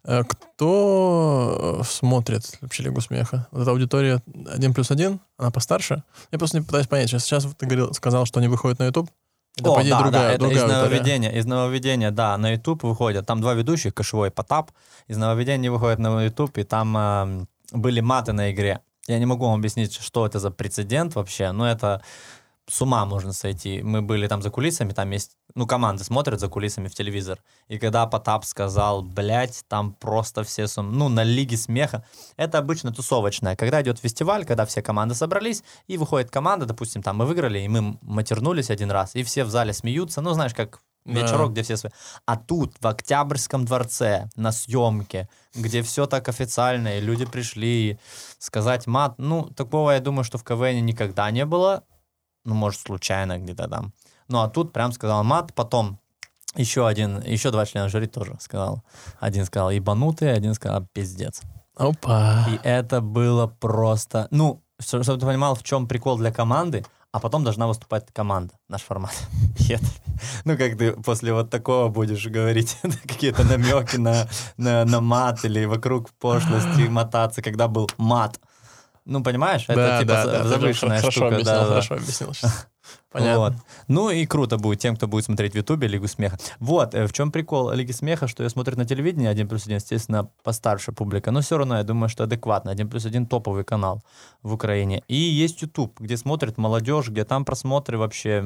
Кто смотрит вообще Лигу Смеха? Вот эта аудитория один плюс один, она постарше? Я просто не пытаюсь понять. Сейчас, сейчас ты говорил, сказал, что они выходят на YouTube. Это, О, да, другая, да, это из нововведения, из нововведения, да, на YouTube выходят. Там два ведущих, Кошевой и Потап. Из нововведения выходят на YouTube, и там э, были маты на игре. Я не могу вам объяснить, что это за прецедент вообще, но это с ума можно сойти. Мы были там за кулисами, там есть, ну, команды смотрят за кулисами в телевизор. И когда Потап сказал, блядь, там просто все, сум... ну, на Лиге Смеха, это обычно тусовочная. Когда идет фестиваль, когда все команды собрались, и выходит команда, допустим, там мы выиграли, и мы матернулись один раз, и все в зале смеются, ну, знаешь, как вечерок, да. где все свои. А тут, в Октябрьском дворце, на съемке, где все так официально, и люди пришли сказать мат, ну, такого, я думаю, что в КВН никогда не было. Ну, может, случайно где-то там. Ну, а тут прям сказал мат, потом еще один, еще два члена жюри тоже сказал. Один сказал ебанутый, один сказал пиздец. Опа. И это было просто... Ну, чтобы ты понимал, в чем прикол для команды, а потом должна выступать команда, наш формат. Это, ну, как ты после вот такого будешь говорить какие-то намеки на, на, на мат или вокруг пошлости мотаться, когда был мат. Ну, понимаешь, да, это типа да, да, завышенная хорошо штука. Объяснил, да, хорошо да. объяснил сейчас. Понятно. Вот. Ну и круто будет тем, кто будет смотреть в Ютубе Лигу Смеха. Вот, в чем прикол Лиги Смеха, что ее смотрят на телевидении, один плюс один, естественно, постарше публика, но все равно, я думаю, что адекватно. один плюс один топовый канал в Украине. И есть Ютуб, где смотрит молодежь, где там просмотры вообще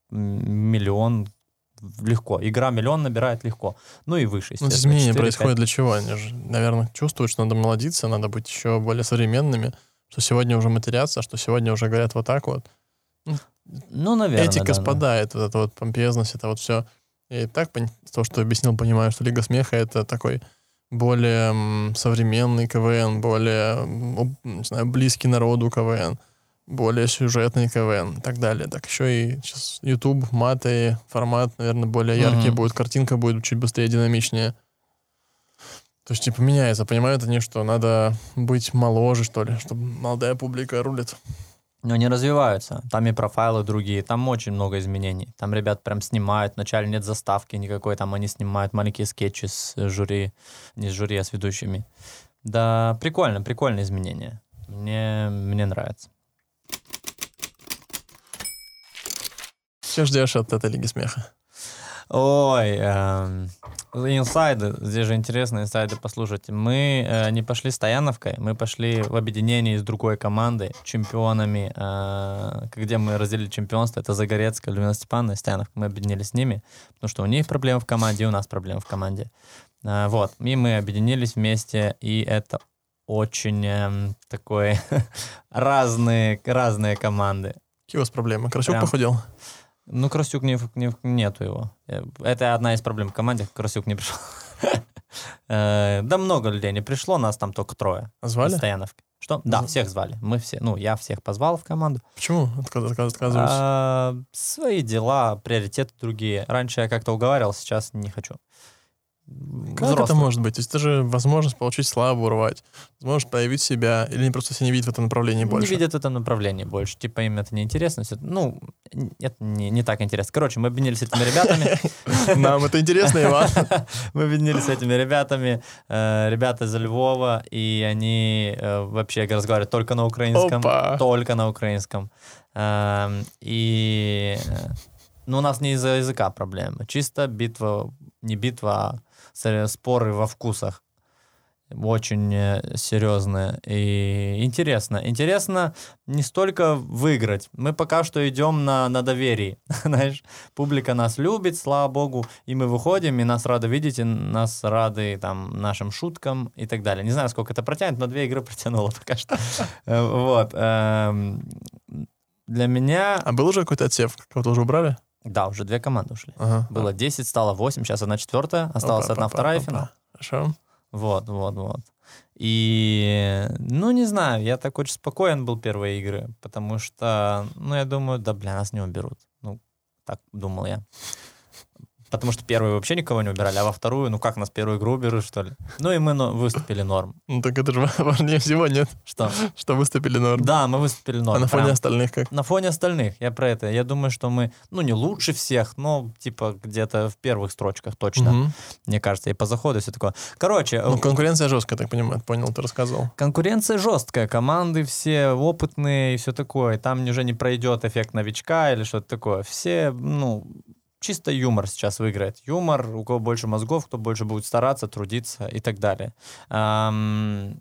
миллион легко. Игра миллион набирает легко. Ну и выше, естественно. Ну, изменения происходят для чего? Они же, наверное, чувствуют, что надо молодиться, надо быть еще более современными, что сегодня уже матерятся, что сегодня уже говорят вот так вот. Ну, наверное, Этика да, спадает, да. Вот эта вот помпезность, это вот все. Я и так, то, что объяснил, понимаю, что Лига Смеха — это такой более м, современный КВН, более, м, не знаю, близкий народу КВН, более сюжетный КВН и так далее. Так еще и сейчас YouTube, маты, формат, наверное, более яркий mm-hmm. будет, картинка будет чуть быстрее, динамичнее. То есть, типа, меняется. Понимают они, что надо быть моложе, что ли, чтобы молодая публика рулит. Но они развиваются. Там и профайлы другие. Там очень много изменений. Там ребят прям снимают. Вначале нет заставки никакой. Там они снимают маленькие скетчи с жюри. Не с жюри, а с ведущими. Да, прикольно, прикольные изменения. Мне, мне нравится. Что ждешь от этой Лиги Смеха? Ой, эм, инсайды, здесь же интересно инсайды послушать. Мы э, не пошли с Таяновкой, мы пошли в объединении с другой командой, чемпионами, э, где мы разделили чемпионство. Это Загорецкая, Людмила Степановна и Таяновка. Мы объединились с ними, потому что у них проблемы в команде, и у нас проблемы в команде. Э, вот, и мы объединились вместе, и это очень э, такой разные, разные команды. Какие у вас проблемы? Красюк Прям... похудел? Ну, Красюк не, не, нету его. Это одна из проблем в команде. Красюк не пришел. Да много людей не пришло, нас там только трое. Звали? Стояновки. Что? Да, всех звали. Мы все, ну, я всех позвал в команду. Почему отказываетесь? Свои дела, приоритеты другие. Раньше я как-то уговаривал, сейчас не хочу. Как взрослый. Это может быть? То есть это же возможность получить славу, урвать, возможность проявить себя, или они просто все не видят в этом направлении больше? Не видят в этом направлении больше. Типа им это неинтересно. Ну, это не, не так интересно. Короче, мы объединились с этими ребятами. Нам это интересно, Иван. Мы объединились с этими ребятами. Ребята из Львова, и они вообще разговаривают только на украинском. Только на украинском. И... Ну, у нас не из-за языка проблемы. Чисто битва, не битва, а споры во вкусах. Очень серьезные и интересно. Интересно не столько выиграть. Мы пока что идем на, на доверии. Знаешь, публика нас любит, слава богу, и мы выходим, и нас рады видеть, и нас рады там, нашим шуткам и так далее. Не знаю, сколько это протянет, но две игры протянуло пока что. Вот. Для меня... А был уже какой-то отсев? Кого-то уже убрали? Да, уже две команды ушли. Ага. Было десять, стало восемь, сейчас одна четвертая, осталась Опа, одна опа, вторая опа. финал. Хорошо. Вот, вот, вот. И, ну, не знаю, я так очень спокоен был первые игры, потому что, ну, я думаю, да, бля, нас не уберут. Ну, так думал я. Потому что первую вообще никого не убирали, а во вторую, ну как, нас первую игру уберут, что ли? Ну и мы но, выступили норм. Ну так это же важнее всего, нет? Что? Что выступили норм. Да, мы выступили норм. А на фоне прям. остальных как? На фоне остальных, я про это. Я думаю, что мы, ну не лучше всех, но типа где-то в первых строчках точно. Угу. Мне кажется, и по заходу все такое. Короче... Ну конкуренция жесткая, так понимаю, понял, ты рассказывал. Конкуренция жесткая, команды все опытные и все такое. Там уже не пройдет эффект новичка или что-то такое. Все, ну... Чисто юмор сейчас выиграет. Юмор, у кого больше мозгов, кто больше будет стараться, трудиться и так далее. Эм...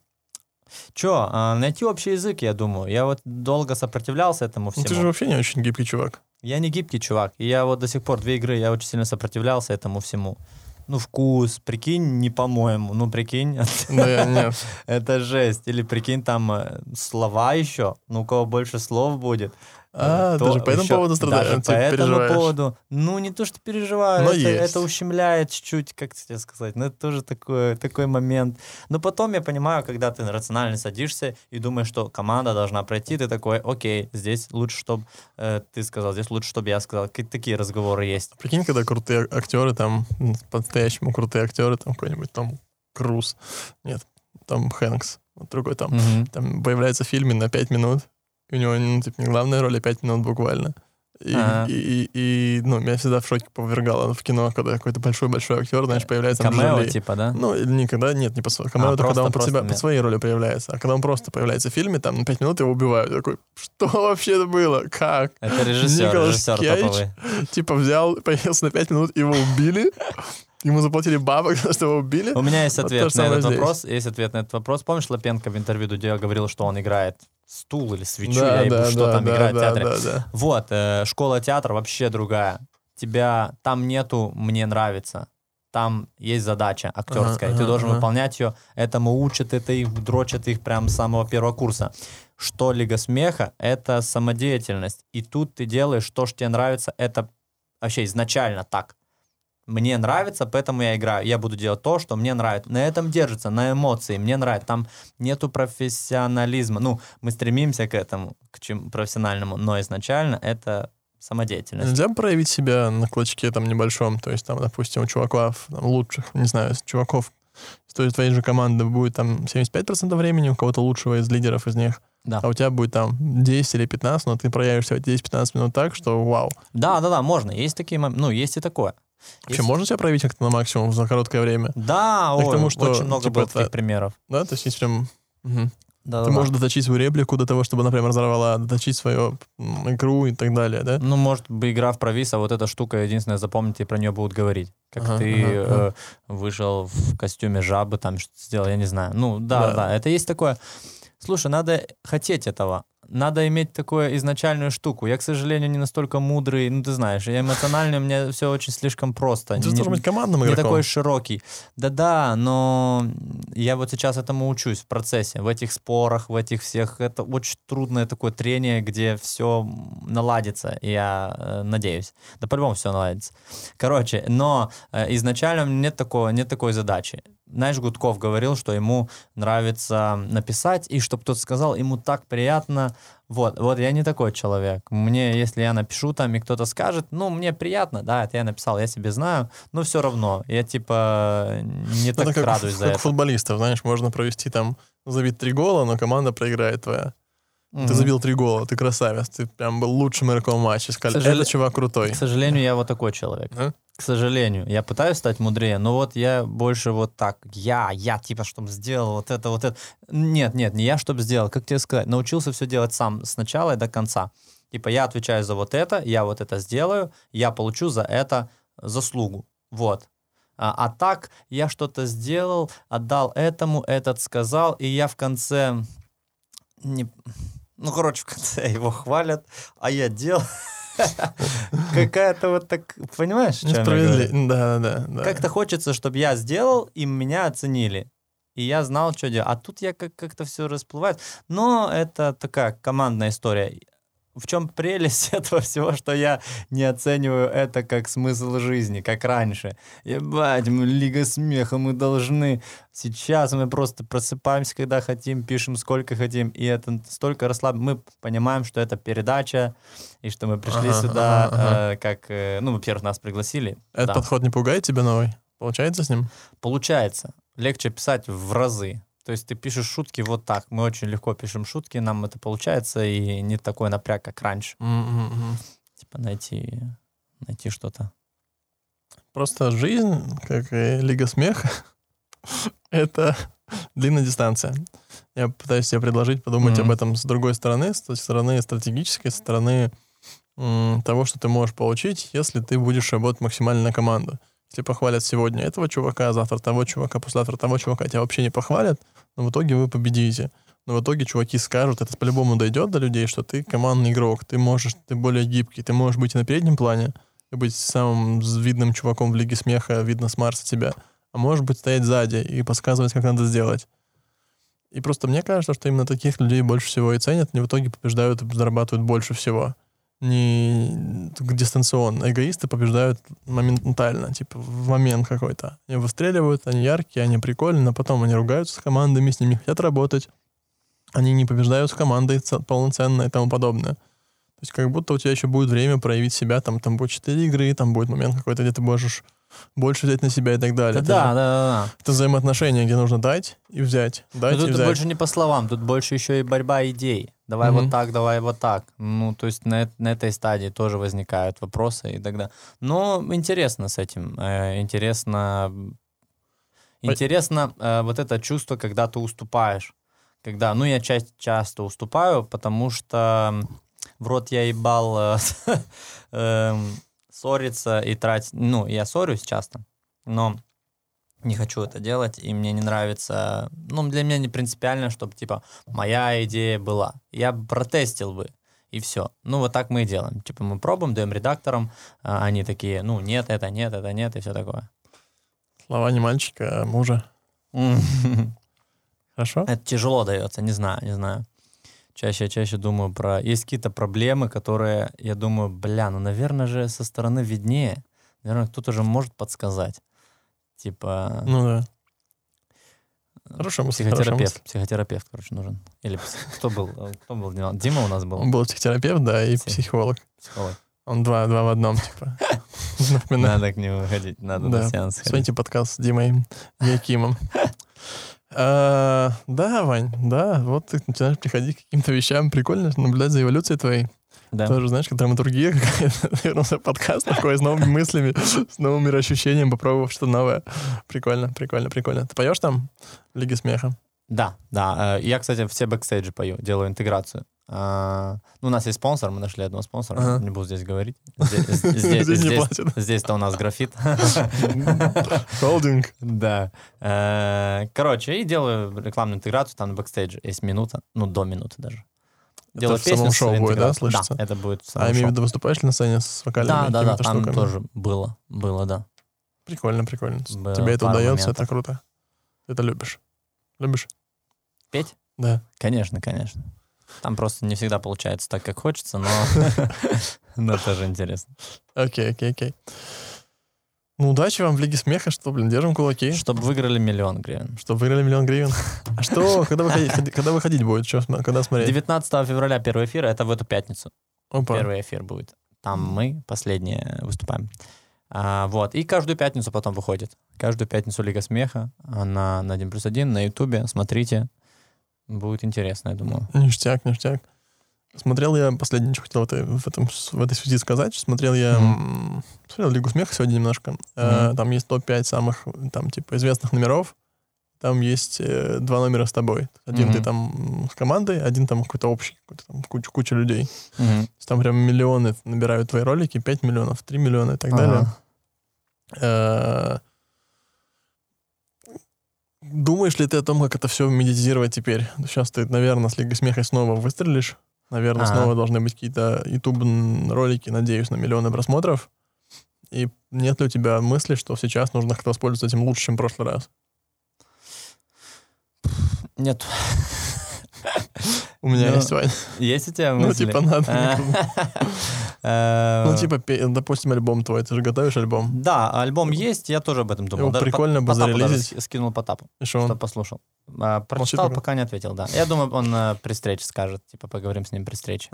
Че, найти общий язык, я думаю. Я вот долго сопротивлялся этому всему. Ну, ты же вообще не очень гибкий чувак. Я не гибкий чувак. И я вот до сих пор две игры, я очень сильно сопротивлялся этому всему. Ну, вкус, прикинь, не по-моему. Ну, прикинь. Да, нет. Это жесть. Или прикинь, там слова еще. Ну, у кого больше слов будет. А, даже по этому еще, поводу страдаешь, даже по этому поводу. Ну, не то, что переживаю, но это, есть. это ущемляет чуть-чуть, как тебе сказать. Ну, это тоже такой, такой момент. Но потом я понимаю, когда ты рационально садишься и думаешь, что команда должна пройти, ты такой, окей, здесь лучше, чтобы э, ты сказал, здесь лучше, чтобы я сказал. Какие такие разговоры есть. Прикинь, когда крутые актеры, там, по-настоящему крутые актеры, там, какой-нибудь там Круз, нет, там Хэнкс, вот другой там, Мгм. там появляется в фильме на пять минут, и у него, ну, типа, не главная роль, а пять минут буквально. И, Ага. и, и, и, ну, меня всегда в шоке повергало в кино, когда какой-то большой-большой актер, знаешь, появляется там Камео, вживую. типа, да? Ну, или никогда, нет, не по своей. Камео, А, это когда просто- он под, просто себя, мне- под своей ролью появляется. А когда он просто появляется в фильме, там на пять минут его убивают. Я такой, что вообще это было? Как? Это режиссер, Николас режиссер Кейдж топовый. Типа взял, появился на пять минут, его убили. Ему заплатили бабок, за что его убили. У меня есть Вот ответ то же на самое этот здесь. вопрос. Есть ответ на этот вопрос. Помнишь, Лапенко в интервью Дудя говорил, что он играет стул или свечу, Да, я ебу, да, что да, там да, играет в да, театре. да, да. Вот, э, школа театра вообще другая. Тебя там нету «мне нравится». Там есть задача актерская, Ага, ты ага, должен ага. выполнять ее. Этому учат, это их дрочат их прям с самого первого курса. Что Лига смеха — это самодеятельность. И тут ты делаешь то, что тебе нравится. Это вообще изначально так. Мне нравится, поэтому я играю. Я буду делать то, что мне нравится. На этом держится, на эмоции. Мне нравится. Там нету профессионализма. Ну, мы стремимся к этому, к чем профессиональному, но изначально это самодеятельность. Нельзя проявить себя на клочке там небольшом, то есть там, допустим, у чуваков там, лучших, не знаю, из чуваков, то есть твоей же команды будет там семьдесят пять процентов времени, у кого-то лучшего из лидеров из них, Да. а у тебя будет там десять или пятнадцать, но ты проявишь себя десять-пятнадцать минут так, что вау. Да, да, да, можно. Есть такие моменты. Ну, есть и такое. Вообще, Есть- можно себя проявить как-то на максимум за короткое время? Да, Так к ой, тому, что, очень много типа, было это- таких примеров. Да, то есть есть прям... Мгм. Да, Ты можешь доточить свою реплику до того, чтобы, например, разорвала, доточить свою м, игру и так далее, да? Ну, может быть, игра в провис, а вот эта штука единственная, запомните, и про нее будут говорить. Как Ага, ты ага, ага. э, вышел в костюме жабы, там что-то сделал, я не знаю. Ну, да, Да. да, это есть такое. Слушай, надо хотеть этого. Надо иметь такую изначальную штуку. Я, к сожалению, не настолько мудрый, ну, ты знаешь, я эмоциональный, у меня все очень слишком просто. Ты же Не- должен быть командным не игроком. такой широкий. Да-да, но я вот сейчас этому учусь в процессе, в этих спорах, в этих всех. Это очень трудное такое трение, где все наладится, и я э, надеюсь. Да по-любому все наладится. Короче, но э, изначально нет такого, нет такой задачи. Знаешь, Гудков говорил, что ему нравится написать, и чтобы кто-то сказал, ему так приятно. Вот, вот я не такой человек. Мне, если я напишу там, и кто-то скажет, ну, мне приятно, да, это я написал, я себе знаю, но все равно. Я, типа, не Ну, так это как, радуюсь за как это. футболистов, знаешь, можно провести там, забить три гола, но команда проиграет твоя. Ты забил три гола, ты красавец, ты прям был лучшим игроком матча. Сказали, сожал... этот чувак крутой. К сожалению, я вот такой человек. А? К сожалению. Я пытаюсь стать мудрее, но вот я больше вот так. Я, я типа, чтобы сделал вот это, вот это. Нет, нет, не я, чтобы сделал. Как тебе сказать? Научился все делать сам с начала и до конца. Типа, я отвечаю за вот это, я вот это сделаю, я получу за это заслугу. Вот. А, а так, я что-то сделал, отдал этому, этот сказал, и я в конце... Не... Ну, короче, в конце его хвалят, а я делал... Какая-то вот так... Понимаешь, что я говорю? Да, да, да. Как-то хочется, чтобы я сделал, и меня оценили. И я знал, что делать. А тут я как- как-то все расплывает. Но это такая командная история. В чем прелесть этого всего, что я не оцениваю это как смысл жизни, как раньше. Ебать, мы Лига Смеха, мы должны... Сейчас мы просто просыпаемся, когда хотим, пишем сколько хотим, и это столько расслаблено. Мы понимаем, что это передача, и что мы пришли ага, сюда, ага, ага. Э, как... Э, ну, во-первых, нас пригласили. Этот да. подход не пугает тебя новый? Получается с ним? Получается. Легче писать в разы. То есть ты пишешь шутки вот так. Мы очень легко пишем шутки, нам это получается, и не такой напряг, как раньше. Mm-hmm. Типа найти, найти что-то. Просто жизнь, как и Лига Смеха, это длинная дистанция. Я пытаюсь тебе предложить подумать mm-hmm. об этом с другой стороны, с стороны стратегической, с стороны м- того, что ты можешь получить, если ты будешь работать максимально на команду. Если похвалят сегодня этого чувака, завтра того чувака, послезавтра того чувака, тебя вообще не похвалят, но в итоге вы победите. Но в итоге чуваки скажут, это по-любому дойдет до людей, что ты командный игрок, ты можешь, ты более гибкий, ты можешь быть и на переднем плане, и быть самым видным чуваком в Лиге Смеха, видно с Марса тебя, а можешь быть стоять сзади и подсказывать, как надо сделать. И просто мне кажется, что именно таких людей больше всего и ценят, они в итоге побеждают и зарабатывают больше всего. Не дистанционно. Эгоисты побеждают моментально, типа в момент какой-то. Они выстреливают, они яркие, они прикольные, но потом они ругаются с командами, с ними хотят работать. Они не побеждают с командой полноценно и тому подобное. То есть как будто у тебя еще будет время проявить себя, там, там будет четыре игры, там будет момент какой-то, где ты можешь больше взять на себя и так далее. Да, это да, да, да. Это взаимоотношения, где нужно дать и взять. Дать Но и тут взять. больше не по словам, тут больше еще и борьба идей. Давай mm-hmm. вот так, давай вот так. Ну, то есть на, на этой стадии тоже возникают вопросы и так далее. Но интересно с этим. Э, интересно, интересно э, вот это чувство, когда ты уступаешь. Когда, ну, я ча- часто уступаю, потому что в рот я ебал э, э, ссориться и тратить... Ну, я ссорюсь часто, но не хочу это делать, и мне не нравится... Ну, для меня не принципиально, чтобы, типа, моя идея была. Я протестил бы, и все. Ну, вот так мы и делаем. Типа, мы пробуем, даем редакторам, а они такие, ну, нет, это нет, это нет, и все такое. Слова не мальчика, а мужа. Хорошо? Это тяжело дается, не знаю, не знаю. Чаще-чаще думаю про... Есть какие-то проблемы, которые, я думаю, бля, ну, наверное же, со стороны виднее. Наверное, кто-то же может подсказать. Типа... Ну да. Хорошо, мысль, психотерапевт. Психотерапевт, короче, нужен. Или кто был? Кто был? Дима у нас был? Он был психотерапевт, да, и психолог. Психолог. Он два, два в одном, типа. Надо к нему ходить, надо на сеанс ходить. Смотрите подкаст с Димой Якимом. А, да, Вань, да, вот ты начинаешь приходить к каким-то вещам, прикольно наблюдать за эволюцией твоей. Да. Тоже, знаешь, как драматургия какая-то, вернулся подкаст такой с новыми мыслями, с новым мироощущением, попробовав что-то новое. Прикольно, прикольно, прикольно. Ты поешь там в Лиге Смеха? Да, да. Я, кстати, все бэкстейджи пою, делаю интеграцию. А, ну, у нас есть спонсор, мы нашли одного спонсора, ага. Не буду здесь говорить. Здесь, здесь, здесь, здесь, здесь-то у нас графит. Холдинг. Да. Короче, и делаю рекламную интеграцию, там на бэкстейдже есть минута, ну, до минуты даже. Это в самом шоу будет, да, слышится? Да, это будет в самом шоу. А имею в виду, выступаешь ли на сцене с вокальными да, да, да, там штуками? тоже было, было, да. Прикольно, прикольно. Было тебе это удается, моментов. Это круто. Ты это любишь. Любишь? Петь? Да. Конечно, конечно. Там просто не всегда получается так, как хочется, но но тоже интересно. Окей, окей, окей. Ну, удачи вам в Лиге Смеха, что, блин, держим кулаки. Чтобы выиграли миллион гривен. Чтобы выиграли миллион гривен. А что, когда выходить, когда выходить будет? Что, когда смотреть? девятнадцатого февраля первый эфир, это в эту пятницу. Опа. Первый эфир будет. Там мы последние выступаем. А, вот. И каждую пятницу потом выходит. Каждую пятницу Лига Смеха на, на один плюс один, на Ютубе. Смотрите. Будет интересно, я думаю. Ништяк, ништяк. Смотрел я, последнее, что хотел в этой, в этом, в этой связи сказать, смотрел я, mm-hmm. смотрел «Лигу смеха» сегодня немножко. Mm-hmm. Там есть топ пять самых, там, типа, известных номеров. Там есть э, два номера с тобой. Один mm-hmm. ты там с командой, один там какой-то общий, какой-то там куча, куча людей. Mm-hmm. Там прям миллионы набирают твои ролики, пять миллионов, три миллиона и так uh-huh. далее. Э, думаешь ли ты о том, как это все монетизировать теперь? Сейчас ты, наверное, с «Лигой смеха» снова выстрелишь. Наверное, ага. снова должны быть какие-то YouTube-ролики, надеюсь, на миллионы просмотров. И нет ли у тебя мысли, что сейчас нужно как-то воспользоваться этим лучше, чем в прошлый раз? Нет. У меня есть, Вань. Есть у тебя мысли? Ну, типа, надо. Ну, типа, допустим, альбом твой. Ты же готовишь альбом? Да, альбом есть, я тоже об этом думал. Его прикольно бы зарелизить. Скинул Потапу, что он послушал. Прочитал, пока не ответил, да. Я думаю, он при встрече скажет, типа, поговорим с ним при встрече.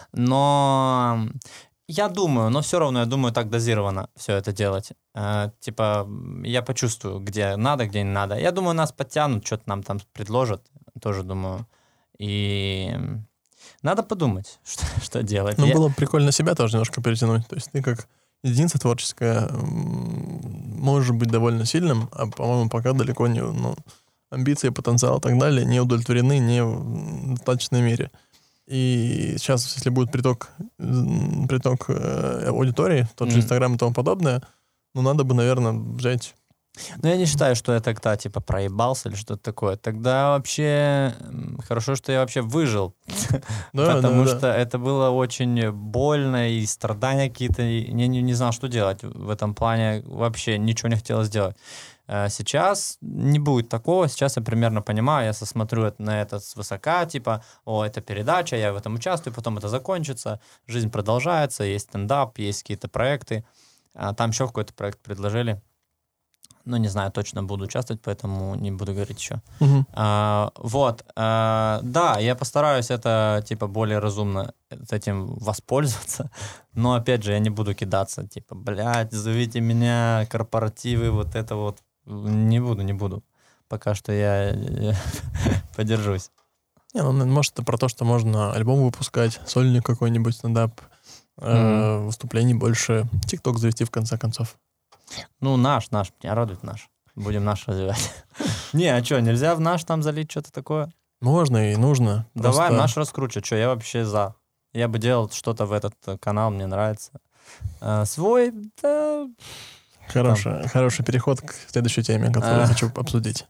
Но я думаю, но все равно, я думаю, так дозированно все это делать. Типа, я почувствую, где надо, где не надо. Я думаю, нас подтянут, что-то нам там предложат, тоже думаю. И надо подумать, что, что делать. Ну, я... было бы прикольно себя тоже немножко перетянуть. То есть ты как единица творческая можешь быть довольно сильным, а, по-моему, пока далеко не... Ну, амбиции, потенциал и так далее не удовлетворены не в достаточной мере. И сейчас, если будет приток, приток э, аудитории, тот же Инстаграм mm. и тому подобное, ну, надо бы, наверное, взять... Ну, я не считаю, что я тогда, типа, проебался или что-то такое. Тогда вообще... Хорошо, что я вообще выжил. Да, потому да, что да. это было очень больно, и страдания какие-то. И я не, не знал, что делать в этом плане. Вообще ничего не хотелось делать. Сейчас не будет такого. Сейчас я примерно понимаю, я смотрю на это свысока, типа, о, это передача, я в этом участвую, потом это закончится, жизнь продолжается, есть стендап, есть какие-то проекты. Там еще какой-то проект предложили. Ну, не знаю, точно буду участвовать, поэтому не буду говорить еще. Uh-huh. А, вот. А, да, я постараюсь это, типа, более разумно этим воспользоваться. Но, опять же, я не буду кидаться, типа, блядь, зовите меня, корпоративы, вот это вот. Не буду, не буду. Пока что я, я подержусь. Не, ну, может, это про то, что можно альбом выпускать, сольник какой-нибудь, стендап, mm-hmm. э, выступлений больше, ТикТок завести в конце концов. Ну, наш, наш, меня радует наш. Будем наш развивать. Не, а что, нельзя в наш там залить что-то такое? Можно и нужно. Давай наш раскручу, что я вообще за. Я бы делал что-то в этот канал, мне нравится. Свой, да... Хороший, хороший переход к следующей теме, которую я хочу обсудить.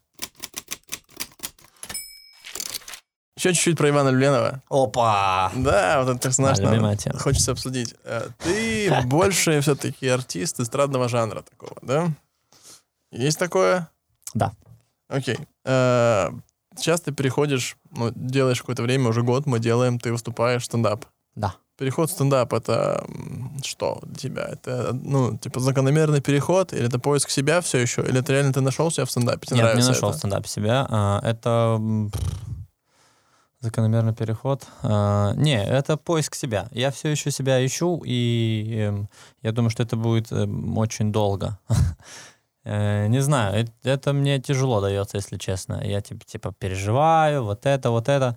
Еще чуть-чуть про Ивана Люленова. Опа! Да, вот это персонаж нам хочется обсудить. Ты больше все-таки артист эстрадного жанра такого, да? Есть такое? Да. Окей. Сейчас ты переходишь, ну, делаешь какое-то время, уже год мы делаем, ты выступаешь в стендап. Да. Переход в стендап — это что для тебя? Это, ну, типа, закономерный переход? Или это поиск себя все еще? Или это реально ты нашел себя в стендапе? Тебе Нет, не нашел это? в стендапе себя. Это закономерный переход. Не, это поиск себя. Я все еще себя ищу, и я думаю, что это будет очень долго. Не знаю, это мне тяжело дается, если честно. Я типа, типа переживаю, вот это, вот это.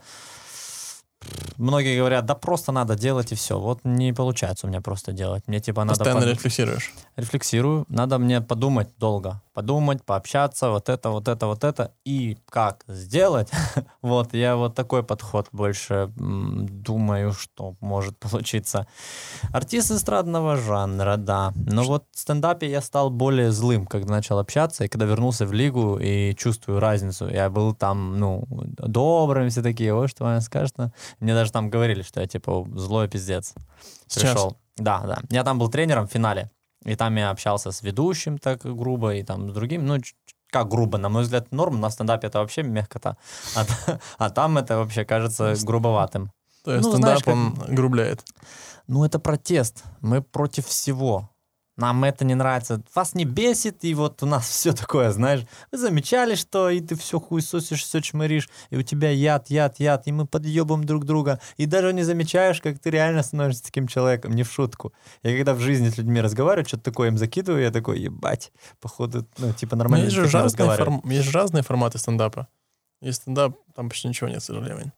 Многие говорят, да просто надо делать и все. Вот не получается у меня просто делать. Мне типа надо... Постоянно под... рефлексируешь? Рефлексирую. Надо мне подумать долго. Подумать, пообщаться, вот это, вот это, вот это. И как сделать? Вот, я вот такой подход больше м, думаю, что может получиться. Артист эстрадного жанра, да. Но вот в стендапе я стал более злым, когда начал общаться. И когда вернулся в лигу и чувствую разницу. Я был там, ну, добрым, все такие, ой, что она скажет. Мне даже там говорили, что я, типа, злой пиздец. Сейчас? Пришел. Да, да. Я там был тренером в финале. И там я общался с ведущим так грубо, и там с другим. Ну, как грубо, на мой взгляд, норм. На стендапе это вообще мягко-то. А, а там это вообще кажется грубоватым. То есть ну, стендап, знаешь, он как... грубляет? Ну, это протест. Мы против всего. Нам это не нравится. Вас не бесит, и вот у нас все такое, знаешь. Вы замечали, что и ты все хуесосишь, все чмыришь, и у тебя яд, яд, яд, и мы подъебываем друг друга. И даже не замечаешь, как ты реально становишься таким человеком, не в шутку. Я когда в жизни с людьми разговариваю, что-то такое им закидываю, я такой, ебать, походу, ну, типа нормально. Есть же разные, форм... есть же разные форматы стендапа. Есть стендап, там почти ничего нет, к сожалению.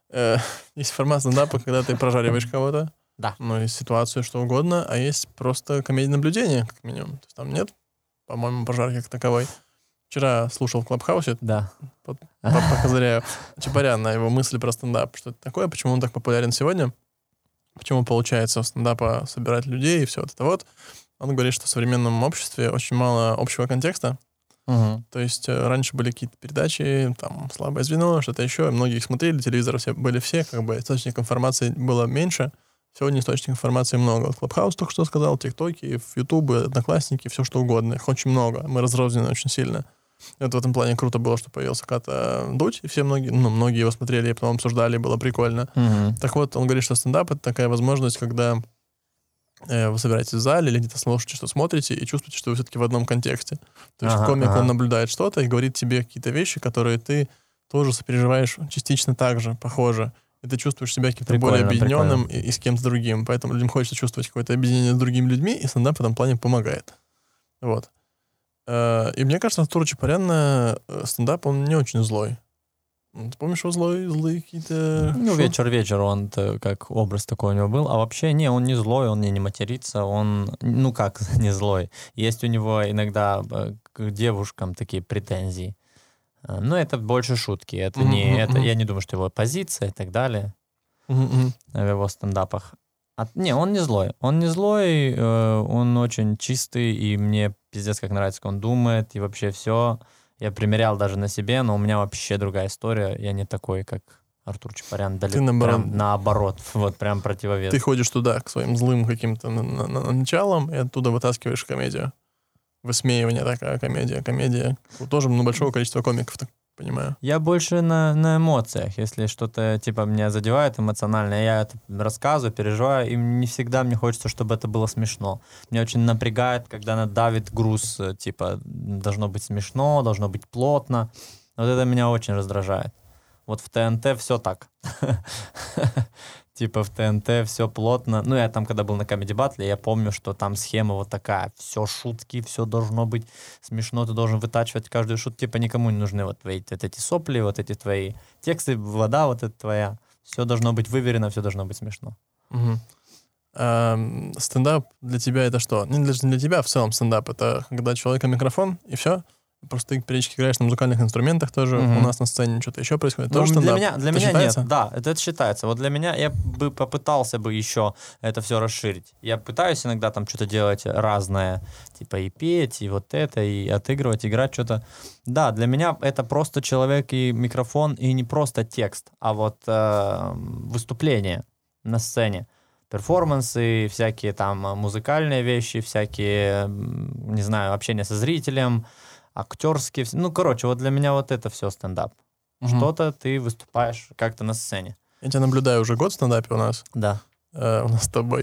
Э, есть формат стендапа, когда ты прожариваешь кого-то. Да. Ну, есть ситуацию, что угодно, а есть просто комедия наблюдения, как минимум. То есть там нет, по-моему, прожарки как таковой. Вчера слушал в Клабхаусе, Да. покозыряю, Чапаряна, его мысли про стендап. Что это такое, почему он так популярен сегодня, почему получается у стендапа собирать людей и все вот это вот. Он говорит, что в современном обществе очень мало общего контекста. Угу. То есть э, раньше были какие-то передачи, там, «Слабое звено», что-то еще. Многие их смотрели, телевизоры все были все, как бы источников информации было меньше. Сегодня источников информации много. Вот Клабхаус только что сказал, ТикТоки, в Ютубе, Одноклассники, все что угодно. Их очень много. Мы разрознены очень сильно. Это в этом плане круто было, что появился Ката Дудь, и все многие, ну, многие его смотрели и потом обсуждали, было прикольно. Угу. Так вот, он говорит, что стендап — это такая возможность, когда э, вы собираетесь в зале или где-то слушаете, что смотрите, и чувствуете, что вы все-таки в одном контексте. То есть Ага, комик, ага. он наблюдает что-то и говорит тебе какие-то вещи, которые ты тоже сопереживаешь частично так же, похоже. И ты чувствуешь себя каким-то более Прикольно, объединенным и, и с кем-то другим. Поэтому людям хочется чувствовать какое-то объединение с другими людьми, и стендап в этом плане помогает. Вот. Э, И мне кажется, Артур Чапарян, э, стендап, он не очень злой. Ты помнишь его злой, злые какие-то... Ну, шо- вечер-вечер он как образ такой у него был. А вообще, не, он не злой, он не, не матерится, он, ну как, не злой. Есть у него иногда э, к девушкам такие претензии. Э, Но это больше шутки. Это Мгм, не, мгм, это, мгм. я не думаю, что его позиция и так далее Мгм, мгм. в его стендапах. А, не, он не злой. Он не злой, э, он очень чистый, и мне пиздец как нравится, как он думает, и вообще все. Я примерял даже на себе, но у меня вообще другая история. Я не такой, как Артур Чапарян. Дали, Ты наоборот- прям наоборот. Вот прям противовес. Ты ходишь туда, к своим злым каким-то на- на- на- началам, и оттуда вытаскиваешь комедию. Высмеивание такая комедия. Комедия. Тоже ну, большого количества комиков, так понимаю. Я больше на, на эмоциях. Если что-то типа меня задевает эмоционально, я это рассказываю, переживаю, и не всегда мне хочется, чтобы это было смешно. Меня очень напрягает, когда надавит груз, э, типа должно быть смешно, должно быть плотно. Вот это меня очень раздражает. Вот в ТНТ все так. Типа в ТНТ все плотно. Ну, я там, когда был на Comedy Battle, я помню, что там схема вот такая. Все шутки, все должно быть смешно. Ты должен вытачивать каждую шутку. Типа никому не нужны вот твои вот эти сопли, вот эти твои тексты, вода вот эта твоя. Все должно быть выверено, все должно быть смешно. Мгм. Ам, Стендап для тебя это что? Не для, для тебя в целом стендап. Это когда человека микрофон, и все. Просто ты периодически играешь на музыкальных инструментах тоже. Мгм. У нас на сцене что-то еще происходит. Ну, Тоже для стендап. меня, для Это меня считается? нет. Да, это, это считается. Вот для меня я бы попытался бы еще это все расширить. Я пытаюсь иногда там что-то делать разное, типа и петь, и вот это, и отыгрывать, играть что-то. Да, для меня это просто человек и микрофон, и не просто текст, а вот э, выступление на сцене. Перформансы, всякие там музыкальные вещи, всякие, м, не знаю, общение со зрителем, актерские. вс- Ну, короче, вот для меня вот это все стендап. Мгм. Что-то ты выступаешь как-то на сцене. Я тебя наблюдаю уже год в стендапе у нас. Да. э, у нас с тобой.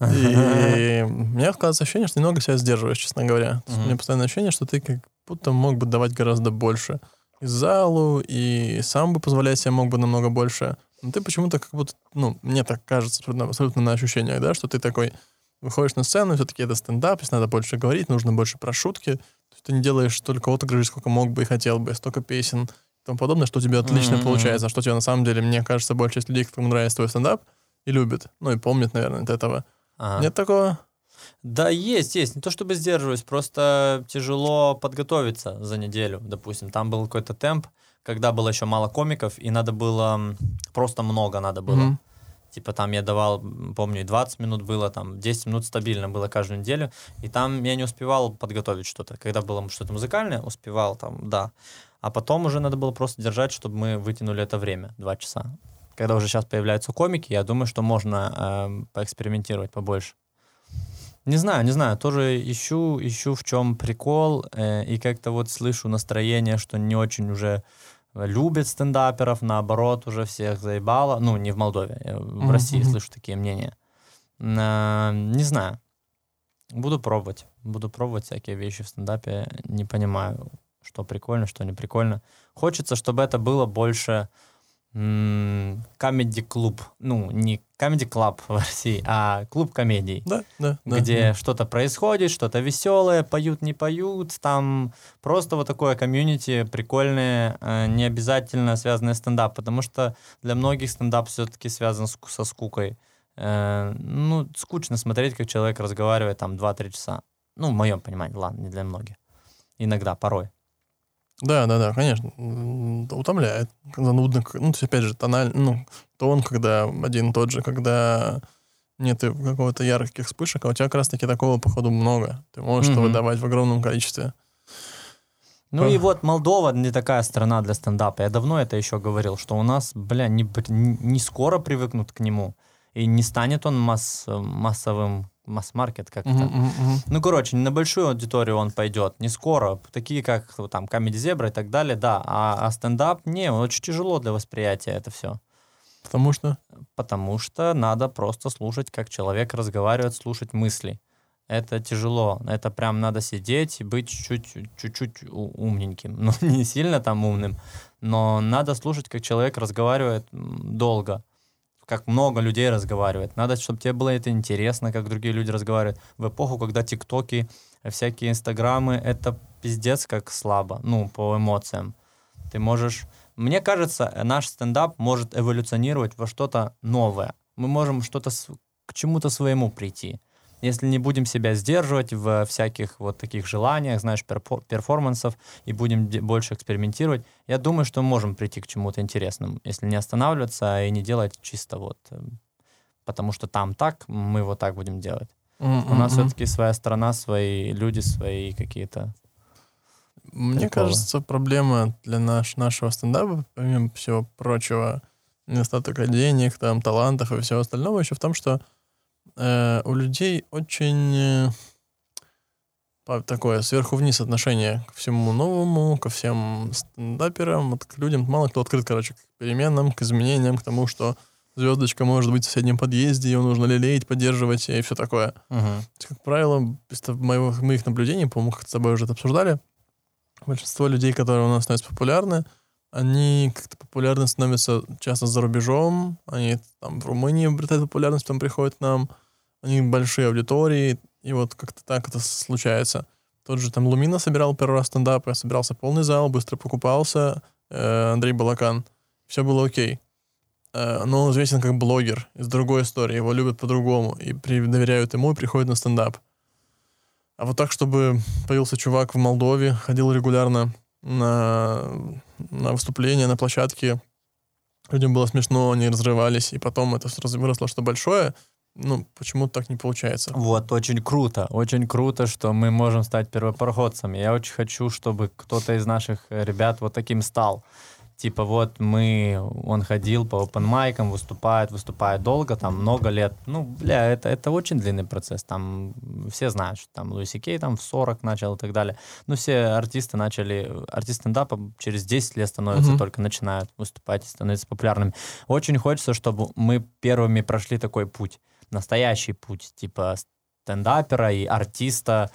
И у меня складывается ощущение, что немного себя сдерживаешь, честно говоря. То есть Мгм. У меня постоянное ощущение, что ты как будто мог бы давать гораздо больше и залу, и сам бы позволять себе мог бы намного больше. Но ты почему-то как будто, ну, мне так кажется, абсолютно, абсолютно на ощущениях, да, что ты такой выходишь на сцену, все-таки это стендап, если надо больше говорить, нужно больше про шутки. То есть ты не делаешь столько отыгрышей, сколько мог бы и хотел бы, столько песен и тому подобное, что у тебя отлично Мгм, получается, а что тебе на самом деле, мне кажется, большая часть людей, которым нравится твой стендап, и любит, ну и помнит, наверное, от этого. Ага. Нет такого? Да, есть, есть. Не то чтобы сдерживаюсь, просто тяжело подготовиться за неделю, допустим. Там был какой-то темп, когда было еще мало комиков, и надо было... м, Просто много надо было. Мгм. Типа там я давал, м, помню, и двадцать минут было, там десять минут стабильно было каждую неделю, и там я не успевал подготовить что-то. Когда было что-то музыкальное, успевал там, да. А потом уже надо было просто держать, чтобы мы вытянули это время, два часа. Когда уже сейчас появляются комики, я думаю, что можно эм, поэкспериментировать побольше. Не знаю, не знаю, тоже ищу, ищу в чем прикол, э, и как-то вот слышу настроение, что не очень уже любят стендаперов, наоборот, уже всех заебало. Ну, не в Молдове, я в Мгм, России мгм. слышу такие мнения. А, не знаю. Буду пробовать. Буду пробовать всякие вещи в стендапе. Не понимаю, что прикольно, что не прикольно. Хочется, чтобы это было больше комеди-клуб. Ну, не комеди-клаб в России, а клуб комедий. Да, да. Где да. что-то происходит, что-то веселое, поют, не поют. Там просто вот такое комьюнити прикольное, не обязательно связанное с стендап, потому что для многих стендап все-таки связан с, со скукой. Ну, скучно смотреть, как человек разговаривает там два-три часа. Ну, в моем понимании, ладно, не для многих. Иногда, порой. Да, да, да, конечно. Утомляет, когда нудно. Ну, то есть, опять же, тональ, ну, тон, когда один и тот же, когда нет какого-то ярких вспышек, а у тебя как раз-таки такого, походу, много. Ты можешь mm-hmm. это выдавать в огромном количестве. Ну и вот Молдова не такая страна для стендапа. Я давно это еще говорил, что у нас, бля, не, не скоро привыкнут к нему. И не станет он масс, массовым, масс-маркет как-то. Uh-huh, uh-huh. Ну, короче, на большую аудиторию он пойдет, не скоро. Такие, как там Comedy Zebra и так далее, да. А, а стендап, не, очень тяжело для восприятия это все. Потому что? Потому что надо просто слушать, как человек разговаривает, слушать мысли. Это тяжело. Это прям надо сидеть и быть чуть-чуть, чуть-чуть умненьким. Ну, не сильно там умным, но надо слушать, как человек разговаривает долго. Как много людей разговаривает. Надо, чтобы тебе было это интересно, как другие люди разговаривают. В эпоху, когда тиктоки, всякие инстаграмы, это пиздец как слабо, ну, по эмоциям. Ты можешь... Мне кажется, наш стендап может эволюционировать во что-то новое. Мы можем что-то с... к чему-то своему прийти. Если не будем себя сдерживать в всяких вот таких желаниях, знаешь, перформансов, и будем больше экспериментировать, я думаю, что мы можем прийти к чему-то интересному, если не останавливаться и не делать чисто вот, потому что там так, мы вот так будем делать. Mm-hmm. У нас все-таки своя страна, свои люди, свои какие-то... Мне приколы. Кажется, проблема для наш, нашего стендапа, помимо всего прочего, недостатка денег, там, талантов и всего остального, еще в том, что э, у людей очень э, такое сверху вниз отношение ко всему новому, ко всем стендаперам, вот, к людям. Мало кто открыт, короче, к переменам, к изменениям, к тому, что звездочка может быть в соседнем подъезде, ее нужно лелеять, поддерживать и все такое. Uh-huh. Как правило, из моих, моих наблюдений, по-моему, как с тобой уже это обсуждали, большинство людей, которые у нас становятся популярны, они как-то популярны становятся часто за рубежом, они там в Румынии обретают популярность, потом приходят к нам, у них большие аудитории, и вот как-то так это случается. Тот же там Лумина собирал первый раз стендапы, собирался полный зал, быстро покупался, э, Андрей Балакан, все было окей. Э, но он известен как блогер из другой истории, его любят по-другому, и при, доверяют ему и приходят на стендап. А вот так, чтобы появился чувак в Молдове, ходил регулярно на, на выступления, на площадке, людям было смешно, они разрывались, и потом это выросло что большое, ну, почему-то так не получается. Вот, очень круто, очень круто, что мы можем стать первопроходцами. Я очень хочу, чтобы кто-то из наших ребят вот таким стал. Типа вот мы, он ходил по опенмайкам, выступает, выступает долго, там много лет. Ну, бля, это, это очень длинный процесс. Там все знают, что там Луи Си Кей там в сорок начал и так далее. Ну, все артисты начали, артисты стендапа через десять лет становятся, mm-hmm. только начинают выступать и становятся популярными. Очень хочется, чтобы мы первыми прошли такой путь, настоящий путь, типа стендапера и артиста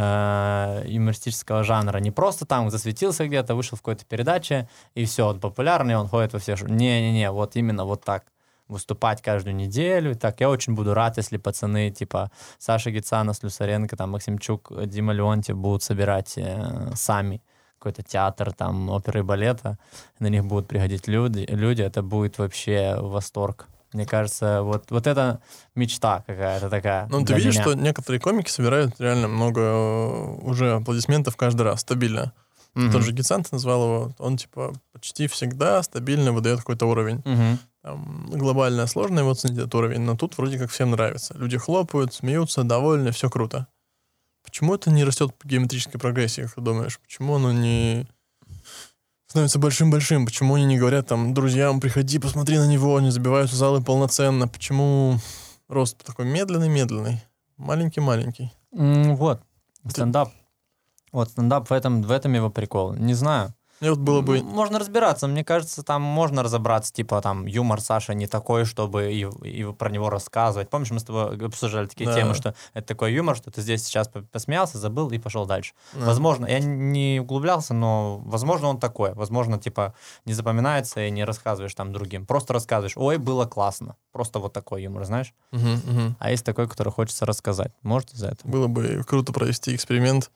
э, юмористического жанра. Не просто там засветился где-то, вышел в какой-то передаче, и все, он популярный, он ходит во все шоу. Не-не-не, вот именно вот так. Выступать каждую неделю. Так, я очень буду рад, если пацаны, типа Саша Гицана, Слюсаренко, там, Максимчук, Дима Леонтьев будут собирать э, сами какой-то театр, там, оперы и балета. На них будут приходить люди, люди. Это будет вообще восторг. Мне кажется, вот, вот это мечта какая-то такая. Ну, ты видишь, меня. Что некоторые комики собирают реально много уже аплодисментов каждый раз, стабильно. Mm-hmm. Тот же Гицант назвал его, он типа почти всегда стабильно выдает какой-то уровень. Mm-hmm. Там, глобально сложно его оценить этот уровень, но тут вроде как всем нравится. Люди хлопают, смеются, довольны, все круто. Почему это не растет по геометрической прогрессии, как ты думаешь? Почему оно не становится большим-большим? Почему они не говорят там друзьям, приходи, посмотри на него, они забивают залы полноценно? Почему рост такой медленный-медленный, маленький-маленький? Mm, вот, стендап. Вот стендап, в этом, в этом его прикол. Не знаю. Мне вот было бы... Можно разбираться, мне кажется, там можно разобраться, типа, там, юмор Саша не такой, чтобы и, и про него рассказывать. Помнишь, мы с тобой обсуждали такие Да. темы, что это такой юмор, что ты здесь сейчас посмеялся, забыл и пошел дальше. Да. Возможно, я не углублялся, но, возможно, он такой. Возможно, типа, не запоминается и не рассказываешь там другим. Просто рассказываешь, ой, было классно. Просто вот такой юмор, знаешь? Мгм, мгм. А есть такой, который хочется рассказать. Может, из-за этого? Было бы круто провести эксперимент,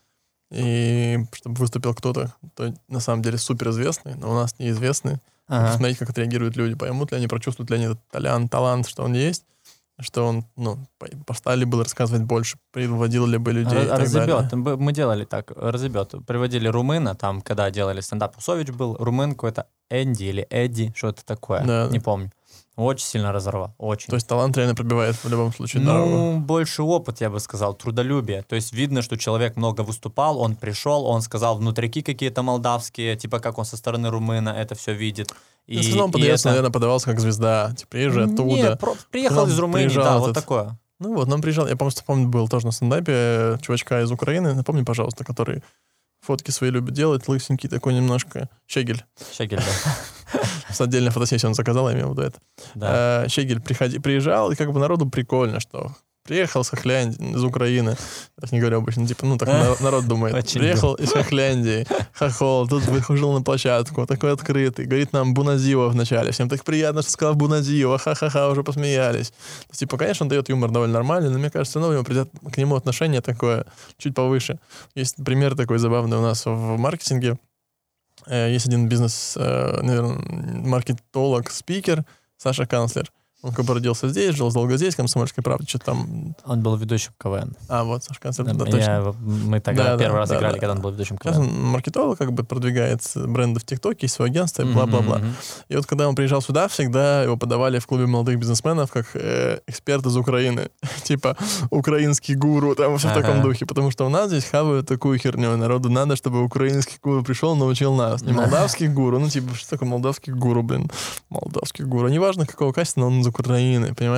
и чтобы выступил кто-то, кто на самом деле суперизвестный, но у нас неизвестный. Ага. Посмотреть, как отреагируют люди, поймут ли они, прочувствуют ли они этот талант, талант, что он есть, что он, ну, по- стали бы рассказывать больше, приводил ли бы людей и Р- так разъебет. далее. Б- Мы делали так, разъебет. Приводили румына, там, когда делали стендап, Усович был, румын какой-то, Энди или Эдди, что-то такое, Да. не помню. Очень сильно разорвал, очень. То есть талант реально пробивает в любом случае дорогу. Ну, больше опыт, я бы сказал, трудолюбие. То есть видно, что человек много выступал, он пришел, он сказал внутрики какие-то молдавские, типа как он со стороны румына это все видит. И, в основном подается, это- наверное, подавался как звезда. Типа, приезжай оттуда. Не, про- приехал нам из Румынии, приезжал да, вот этот- такое. Ну вот, нам приезжал, я просто помню, был тоже на стендапе э, чувачка из Украины, напомни, пожалуйста, который фотки свои любит делать, лысенький такой немножко. Щегель. Щегель, да. С отдельной фотосессией он заказал, я имею в виду это. Да. Э, Щегель приходи, приезжал, и как бы народу прикольно, что приехал с Хохляндии, из Украины. Я так не говорю обычно, типа, ну так на- народ думает. Очень Приехал из Хохляндии, хохол, тут выхожил на площадку, такой открытый, говорит нам Буназиева вначале. Всем так приятно, что сказал Буназиева, ха-ха-ха, уже посмеялись. То есть, типа, конечно, он дает юмор довольно нормальный, но мне кажется, ну, у него придет к нему отношение такое чуть повыше. Есть пример такой забавный у нас в маркетинге. Э, Есть один бизнес, э, наверное, маркетолог, спикер, Саша Канцлер. Он как бы родился здесь, жил долго здесь, Комсомольской правде, что там... Он был ведущим КВН. А, вот, Саша Канцлер, да, Я- точно. Мы тогда Да, да, первый раз да, играли, да. когда он был ведущим Сейчас КВН. он маркетолог, как бы продвигает бренды в ТикТоке, есть свое агентство, и бла-бла-бла. Мгм, мгм. И вот когда он приезжал сюда, всегда его подавали в клубе молодых бизнесменов как э, эксперт из Украины. Типа украинский гуру, там все в таком Ага. духе. Потому что у нас здесь хавают такую херню. Народу надо, чтобы украинский гуру пришел, научил нас. Не молдавский гуру, ну типа, что такое молдавский гуру, блин? Молдавский гуру. Неважно, какого качества, но он из Украины, понимаешь?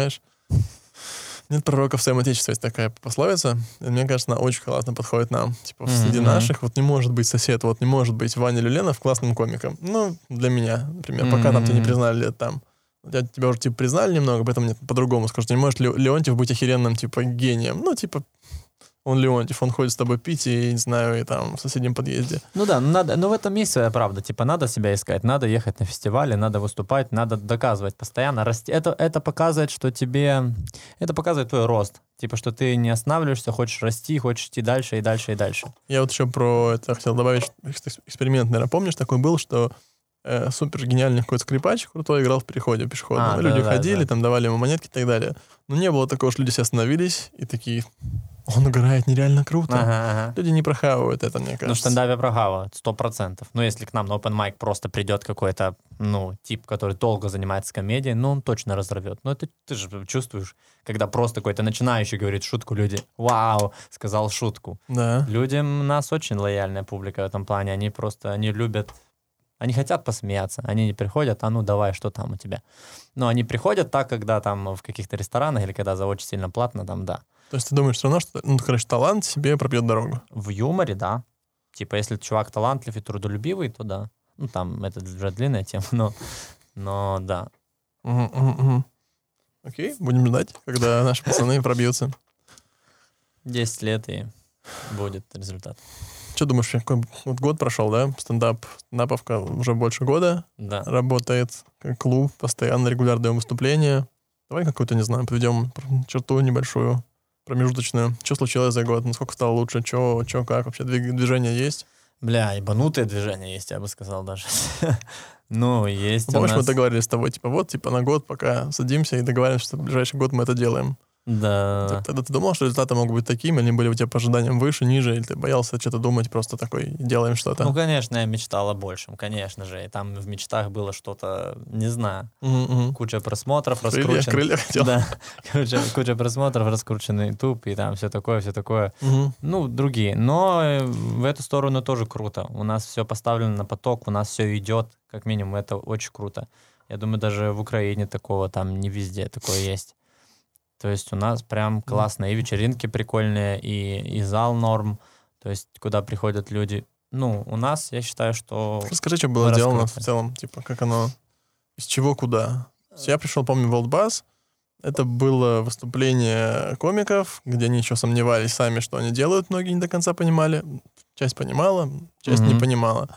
Нет пророка в своем отечестве, есть такая пословица. И мне кажется, она очень классно подходит нам. Типа, среди Мгм. наших вот не может быть сосед, вот не может быть Ваня Люленов классным комиком. Ну, для меня, например, пока там тебя не Мгм. признали там. Тебя, тебя уже типа признали немного, поэтому нет, по-другому скажу. Не может Ле- Леонтьев быть охеренным, типа, гением. Ну, типа, он Леонтьев, он ходит с тобой пить и, не знаю, и там в соседнем подъезде. Ну да, ну надо, но в этом есть своя правда. Типа надо себя искать, надо ехать на фестивали, надо выступать, надо доказывать постоянно, расти. Это, это показывает, что тебе... Это показывает твой рост. Типа, что ты не останавливаешься, хочешь расти, хочешь идти дальше и дальше и дальше. Я вот еще про это хотел добавить, что экс- эксперимент, наверное, помнишь, такой был, что э, супер гениальный какой-то скрипач крутой играл в переходе пешеходном. А, И люди да-да-да, ходили, да. там давали ему монетки и так далее. Но не было такого, что люди все остановились и такие, он играет нереально круто. Ага, ага. Люди не прохавывают это, мне кажется. Ну, в стендапе прогава, сто процентов. Ну, если к нам на open mic просто придет какой-то, ну, тип, который долго занимается комедией, ну, он точно разорвет. Ну, это ты же чувствуешь, когда просто какой-то начинающий говорит шутку, люди, вау, сказал шутку. Да. Людям у нас очень лояльная публика в этом плане. Они просто, они любят, они хотят посмеяться. Они не приходят, а ну давай, что там у тебя. Но они приходят так, когда там в каких-то ресторанах или когда за очень сильно платно, там да. То есть ты думаешь все равно, что, ну, короче, талант себе пробьет дорогу. В юморе, да. Типа, если чувак талантлив и трудолюбивый, то да. Ну, там, это уже длинная тема, но, но да. Мгм, мгм, мгм. Окей, будем ждать, когда наши пацаны пробьются. десять лет и будет результат. Что думаешь, какой вот год прошел, да? Стендап, стендаповка уже больше года Да. работает, как клуб, постоянно регулярные выступления. Давай какую-то, не знаю, подведем черту небольшую, промежуточную. Что случилось за год? Насколько стало лучше? Что, как? Вообще двиг- движение есть? Бля, ебанутые движения есть, я бы сказал даже. Ну, есть у Помнишь, мы нас... договорились с тобой, типа, вот, типа, на год пока садимся и договариваемся, что в ближайший год мы это делаем. Да. Т- Тогда ты думал, что результаты могут быть такими, или были у тебя по ожиданиям выше, ниже, или ты боялся что-то думать, просто такой, делаем что-то? Ну, конечно, я мечтал о большем, конечно же. И там в мечтах было что-то, не знаю, Мгм, мгм. куча просмотров, Крылья, раскручен. крылья хотел. Да, куча, куча просмотров, раскрученный YouTube и там все такое, все такое. Мгм. Ну, другие. Но э, в эту сторону тоже круто. У нас все поставлено на поток, у нас все идет, как минимум, это очень круто. Я думаю, даже в Украине такого там не везде такое есть. То есть у нас прям классно. И вечеринки прикольные, и, и зал норм. То есть куда приходят люди. ну, у нас, я считаю, что... Расскажи, что было сделано в целом, типа, как оно, из чего куда. Я пришел, помню, в Old Buzz. Это было выступление комиков, где они еще сомневались сами, что они делают. Многие не до конца понимали. Часть понимала, часть mm-hmm. не понимала.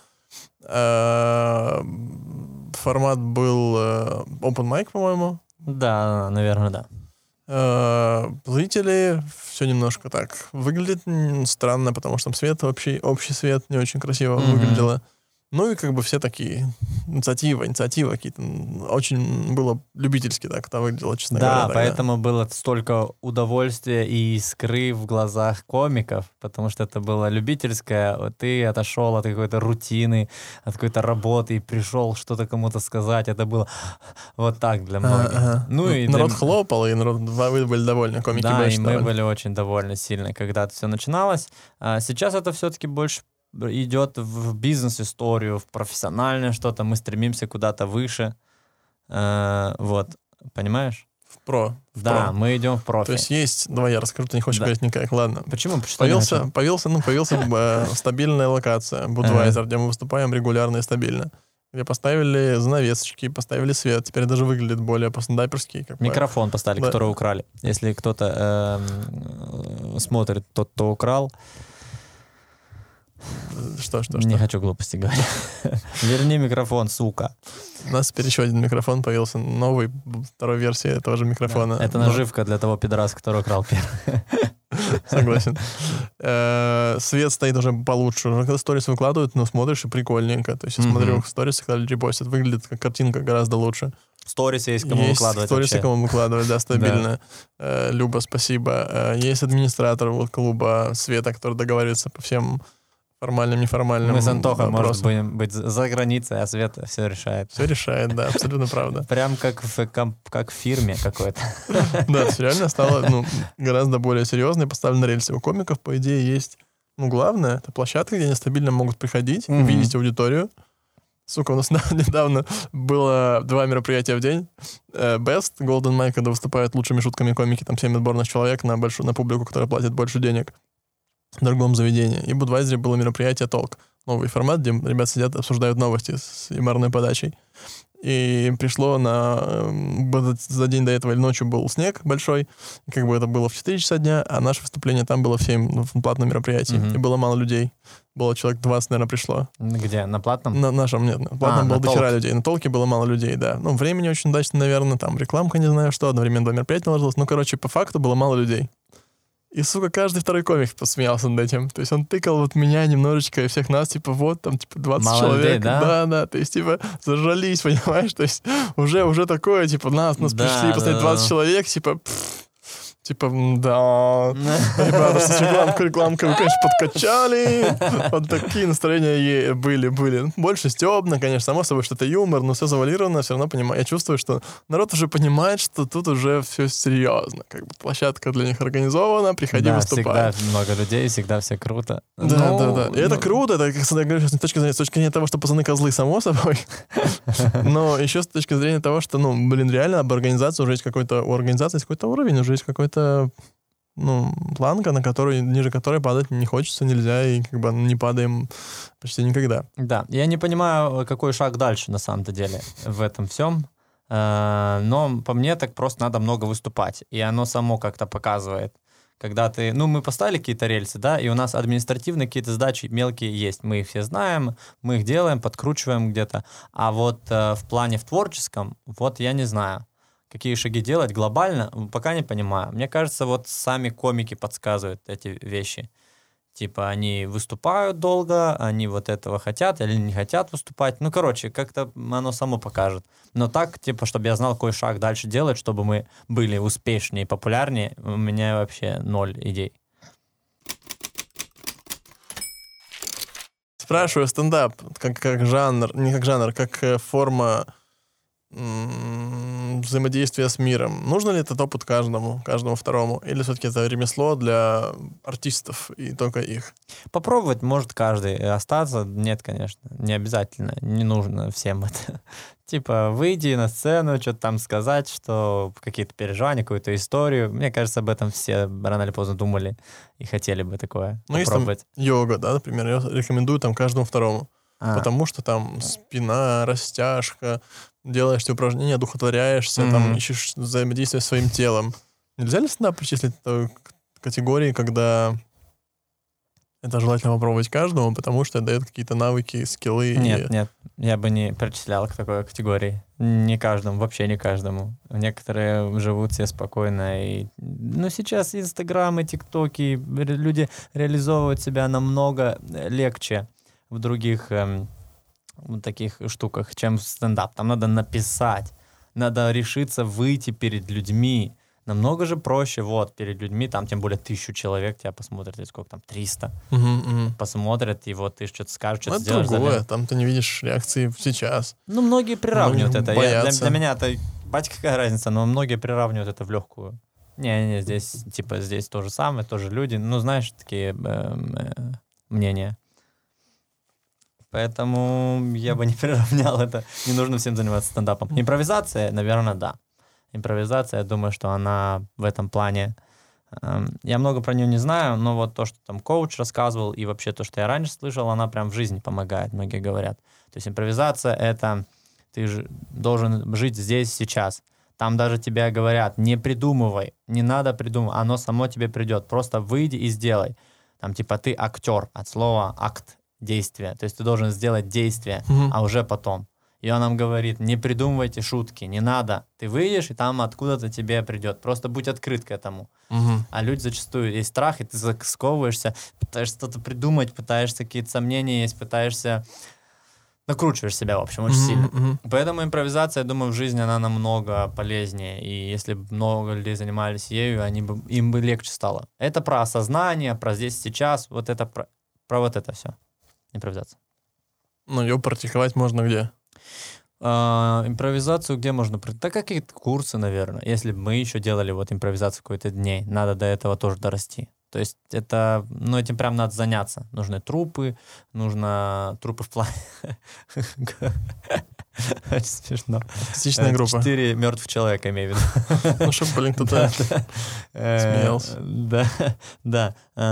Формат был open mic, по-моему. Да, наверное, да. Зрители, все немножко так выглядит странно, потому что там свет, общий, общий свет не очень красиво mm-hmm. выглядело. Ну и как бы все такие инициатива, инициатива какие-то. Очень было любительски так это выглядело, честно да, говоря. Да, поэтому было столько удовольствия и искры в глазах комиков, потому что это было любительское. Ты отошел от какой-то рутины, от какой-то работы и пришел что-то кому-то сказать. Это было вот так для многих. Ага. Ну, и народ для... хлопал, и народ, вы были довольны, комики да, были и довольны. мы были очень довольны сильно, когда это все начиналось. А сейчас это все-таки больше идет в бизнес-историю, в профессиональное что-то, мы стремимся куда-то выше, э, вот, понимаешь? В про. В да, про. мы идем в профи. То есть есть, давай я расскажу, ты не хочешь да. говорить никак, ладно. Почему? Появился, появился, ну, появился э, стабильная локация, Budweiser, где мы выступаем регулярно и стабильно. Где поставили занавесочки, поставили свет, теперь даже выглядит более по-стендаперски. Микрофон поставили, да. который украли. Если кто-то э, смотрит, тот, кто украл. Что, что, Не что? хочу глупости говорить. Верни микрофон, сука. У нас теперь еще один микрофон появился, новый, второй версии этого же микрофона. Да, это наживка для того пидораса, который украл первый. Согласен. Свет стоит уже получше. Уже когда сторис выкладывают, ну, смотришь, и прикольненько. То есть я смотрю, сторис, когда люди постят, выглядит как картинка гораздо лучше. Сторис есть кому есть выкладывать сторисы, вообще. кому выкладывать, да, стабильно. да. Люба, спасибо. Есть администратор вот клуба Света, который договаривается по всем формальным, неформальным Мы с Антохой, вопросам. может будем быть за границей, а Света все решает. Все решает, да, абсолютно правда. Прям как в, как в фирме какой-то. Да, это реально стало ну, гораздо более серьезно и поставлено на рельсы. У комиков, по идее, есть, ну, главное, это площадка, где они стабильно могут приходить, mm-hmm. видеть аудиторию. Сука, у нас недавно было два мероприятия в день. Best, Golden Mike, когда выступают лучшими шутками комики, там семь отборных человек на, большую, на публику, которая платит больше денег в другом заведении. И в Budweiser было мероприятие «Толк». Новый формат, где ребята сидят, обсуждают новости с юморной подачей. И пришло на... За день до этого или ночью был снег большой. И как бы это было в четыре часа дня, а наше выступление там было в семь, ну, в платном мероприятии. Mm-hmm. И было мало людей. Было человек двадцать, наверное, пришло. Где? На платном? На нашем, нет. На платном а, было до хера людей. На «Толке» было мало людей, да. Ну, времени очень удачно, наверное. Там рекламка, не знаю что. Одновременно два мероприятия наложилось. Ну, короче, по факту было мало людей. И, сука, каждый второй комик посмеялся над этим. То есть он тыкал вот меня немножечко и всех нас, типа, вот, там, типа, двадцать мало человек. Людей, да? да, да. То есть, типа, зажались, понимаешь? То есть уже, уже такое, типа, нас, нас да, пришли посмотреть да, двадцать да. человек, типа, пфф, типа, да, ребята, с рекламкой, рекламкой вы, конечно, подкачали. Вот такие настроения были, были. Больше стёбно, конечно, само собой, что это юмор, но все завуалировано, все равно понимаю. Я чувствую, что народ уже понимает, что тут уже все серьезно. Как бы площадка для них организована, приходи, да, выступай. Всегда много людей, всегда все круто. Да, ну, да, да. И ну... это круто, это, как я говорю, с точки зрения, с точки зрения того, что пацаны козлы, само собой. Но еще с точки зрения того, что, ну, блин, реально об организации уже есть какой-то, у организации есть какой-то уровень, уже есть какой-то ну, планка, на которой, ниже которой падать не хочется, нельзя, и как бы не падаем почти никогда. Да, я не понимаю, какой шаг дальше на самом-то деле в этом всем, но по мне так просто надо много выступать, и оно само как-то показывает. Когда ты, ну, мы поставили какие-то рельсы, да, и у нас административные какие-то задачи мелкие есть. Мы их все знаем, мы их делаем, подкручиваем где-то. А вот э, в плане в творческом, вот я не знаю, какие шаги делать глобально, пока не понимаю. Мне кажется, вот сами комики подсказывают эти вещи. Типа они выступают долго, они вот этого хотят или не хотят выступать. Ну, короче, как-то оно само покажет. Но так, типа, чтобы я знал, какой шаг дальше делать, чтобы мы были успешнее и популярнее, у меня вообще ноль идей. Спрашиваю, стендап, как, как жанр, не как жанр, как форма взаимодействия с миром. Нужно ли этот опыт каждому, каждому второму? Или все-таки это ремесло для артистов и только их? Попробовать может каждый. Остаться нет, конечно. Не обязательно. Не нужно всем это. Типа, выйти на сцену, что-то там сказать, что какие-то переживания, какую-то историю. Мне кажется, об этом все рано или поздно думали и хотели бы такое ну, попробовать. Ну, есть там йога, да, например, я рекомендую там каждому второму. А. Потому что там спина, растяжка, делаешь эти упражнения, одухотворяешься, mm-hmm. там ищешь взаимодействие с своим телом. Нельзя ли стендап причислить к категории, когда это желательно попробовать каждому, потому что это дает какие-то навыки, скиллы? Нет, и... нет, я бы не причислял к такой категории. Не каждому, вообще не каждому. Некоторые живут все спокойно. И... Ну, сейчас Инстаграм и ТикТоки, люди реализовывают себя намного легче в других эм, вот таких штуках, чем стендап. Там надо написать, надо решиться выйти перед людьми. Намного же проще, вот, перед людьми, там тем более тысячу человек тебя посмотрят, или сколько там, триста. Угу, угу. Посмотрят, и вот ты что-то скажешь, что-то это сделаешь. Другое, там ты не видишь реакции сейчас. Ну, многие приравнивают многие это. Я, для, для меня это, бать, какая разница, но многие приравнивают это в легкую. Не-не, здесь, типа, здесь то же самое, тоже люди. Ну, знаешь, такие э, э, мнения. Поэтому я бы не приравнял это. Не нужно всем заниматься стендапом. Импровизация, наверное, да. Импровизация, я думаю, что она в этом плане... Э, я много про нее не знаю, но вот то, что там коуч рассказывал, и вообще то, что я раньше слышал, она прям в жизни помогает, многие говорят. То есть импровизация — это ты же должен жить здесь, сейчас. Там даже тебе говорят, не придумывай, не надо придумывать, оно само тебе придет. Просто выйди и сделай. Там типа ты актер, от слова акт. Действие. То есть ты должен сделать действие, mm-hmm. а уже потом. И он нам говорит, не придумывайте шутки, не надо. Ты выйдешь, и там откуда-то тебе придет. Просто будь открыт к этому. Mm-hmm. А люди зачастую есть страх, и ты сковываешься, пытаешься что-то придумать, пытаешься, какие-то сомнения есть, пытаешься... Накручиваешь себя, в общем, очень mm-hmm. сильно. Mm-hmm. Поэтому импровизация, я думаю, в жизни она намного полезнее. И если бы много людей занимались ею, они бы, им бы легче стало. Это про осознание, про здесь, сейчас. Вот это про, про вот это все. Импровизация. Ну, ее практиковать можно где? А, импровизацию где можно? Да какие-то курсы, наверное. Если бы мы еще делали вот импровизацию какой-то дней, надо до этого тоже дорасти. То есть это, ну, этим прям надо заняться. Нужны трупы, нужно трупы в плане... Очень смешно. Артистичная группа. Четыре мертвых человека, имею в виду. Ну, чтобы, блин, кто-то смеялся. Да, да.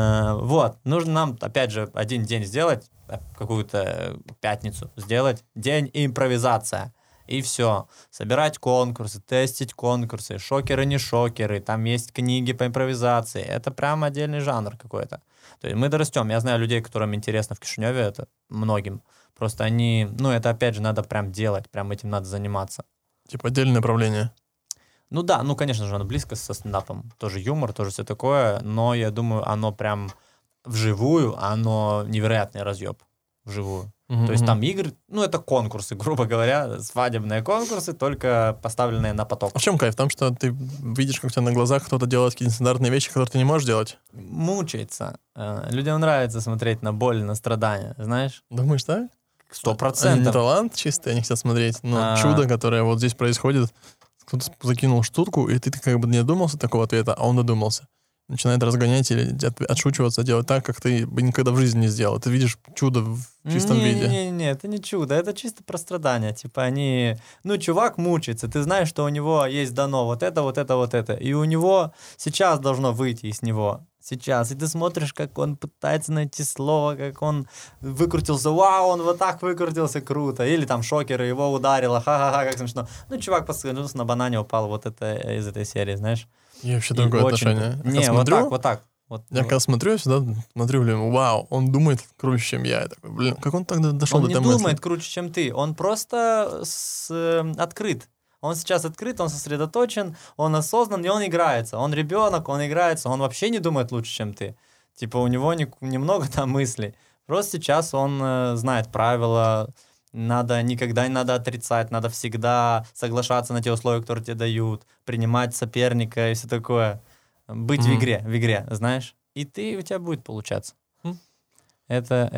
Вот, нужно нам, опять же, один день сделать, какую-то пятницу сделать, день импровизация. И все. Собирать конкурсы, тестить конкурсы, шокеры, не шокеры. Там есть книги по импровизации. Это прям отдельный жанр какой-то. То есть мы дорастем. Я знаю людей, которым интересно в Кишиневе, это многим. Просто они, ну это опять же надо прям делать, прям этим надо заниматься. Типа отдельное направление. Ну да, ну конечно же оно близко со стендапом. Тоже юмор, тоже все такое. Но я думаю, оно прям вживую, оно невероятный разъеб вживую. Mm-hmm. То есть там игры, ну это конкурсы, грубо говоря, свадебные конкурсы, только поставленные на поток. А в чем кайф? В том, что ты видишь, как у тебя на глазах кто-то делает какие-то нестандартные вещи, которые ты не можешь делать? Мучается. Людям нравится смотреть на боль, на страдания, знаешь? Думаешь, так? Сто процентов. Они не талант чистый, они хотят смотреть. Но а... чудо, которое вот здесь происходит, кто-то закинул штуку, и ты как бы не додумался такого ответа, а он додумался. Начинает разгонять или отшучиваться, делать так, как ты бы никогда в жизни не сделал. Ты видишь чудо в чистом не, виде. Не-не-не, это не чудо, это чисто про страдания. Типа они... Ну, чувак мучается, ты знаешь, что у него есть дано вот это, вот это, вот это. И у него сейчас должно выйти из него. Сейчас. И ты смотришь, как он пытается найти слово, как он выкрутился. Вау, он вот так выкрутился, круто. Или там шокер, его ударило. Ха-ха-ха, как смешно. Ну, чувак поскользнулся на банане, упал. Вот это из этой серии, знаешь. Я вообще другое очень... отношение. Не, я вот смотрю, так, вот так. Вот, я вот. когда смотрю, я всегда смотрю, блин, вау, он думает круче, чем я. Я такой, блин, как он тогда дошел он до этой мысли? Он не думает мысли? круче, чем ты. Он просто с, э, открыт. Он сейчас открыт, он сосредоточен, он осознан, и он играется. Он ребенок, он играется, он вообще не думает лучше, чем ты. Типа у него не, немного там мыслей. Просто сейчас он э, знает правила. Надо никогда не надо отрицать, надо всегда соглашаться на те условия, которые тебе дают, принимать соперника и все такое. Быть mm-hmm. в игре, в игре, знаешь. И ты, у тебя будет получаться. Mm-hmm. Это,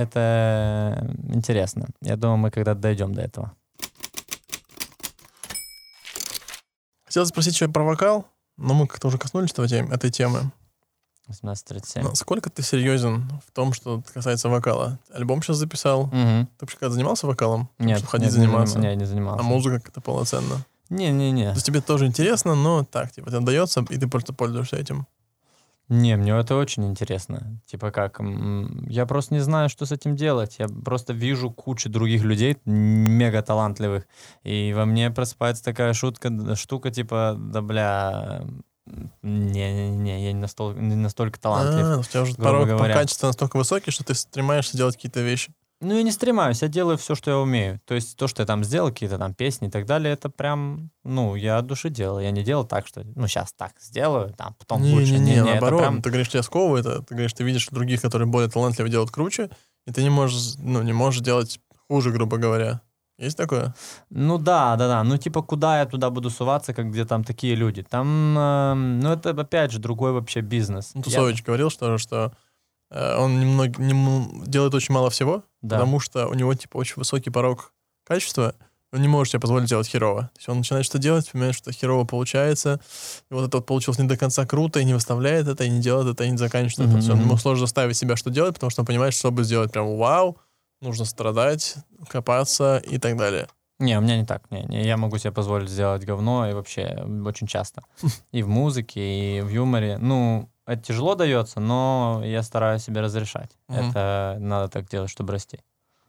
это интересно. Я думаю, мы когда-то дойдем до этого. Хотел спросить еще про вокал, но мы как-то уже коснулись этого тем, этой темы. восемнадцать тридцать семь. Насколько ты серьезен в том, что касается вокала? Альбом сейчас записал. Угу. Ты вообще когда занимался вокалом? Нет, чтобы ходить нет, заниматься? Не, не занимался. А музыка как-то полноценно? Не-не-не. То есть тебе тоже интересно, но так, типа, тебе дается, и ты просто пользуешься этим. Не, мне это очень интересно. Типа как, я просто не знаю, что с этим делать. Я просто вижу кучу других людей, мега талантливых, и во мне просыпается такая шутка, штука, типа, да бля, не-не-не, я не настолько, не настолько талантлив. А, у тебя уже порог по качеству настолько высокий, что ты стремаешься делать какие-то вещи. Ну, я не стремаюсь, я делаю все, что я умею. То есть то, что я там сделал, какие-то там песни и так далее, это прям, ну, я от души делал. Я не делал так, что, ну, сейчас так сделаю, там, потом не, лучше. Не, не, не, наоборот. Прям... Ты говоришь, тебя сковывает, а ты говоришь, ты видишь других, которые более талантливо делают круче, и ты не можешь, ну, не можешь делать хуже, грубо говоря. Есть такое? Ну да, да, да. Ну типа куда я туда буду суваться, как где там такие люди? Там, э, ну это опять же другой вообще бизнес. Ну, Тусович я... говорил, что, что э, он немного, не, делает очень мало всего, да. Потому что у него типа очень высокий порог качества, он не может себе позволить делать херово. То есть он начинает что-то делать, понимает, что херово получается, и вот это вот получилось не до конца круто, и не выставляет это, и не делает это, и не заканчивает mm-hmm. это. Ему сложно заставить себя что делать, потому что он понимает, что чтобы сделать прям вау, нужно страдать, копаться и так далее. Не, у меня не так. Не, не, я могу себе позволить сделать говно и вообще очень часто. И в музыке, и в юморе. Ну, это тяжело дается, но я стараюсь себе разрешать. Mm-hmm. Это надо так делать, чтобы расти.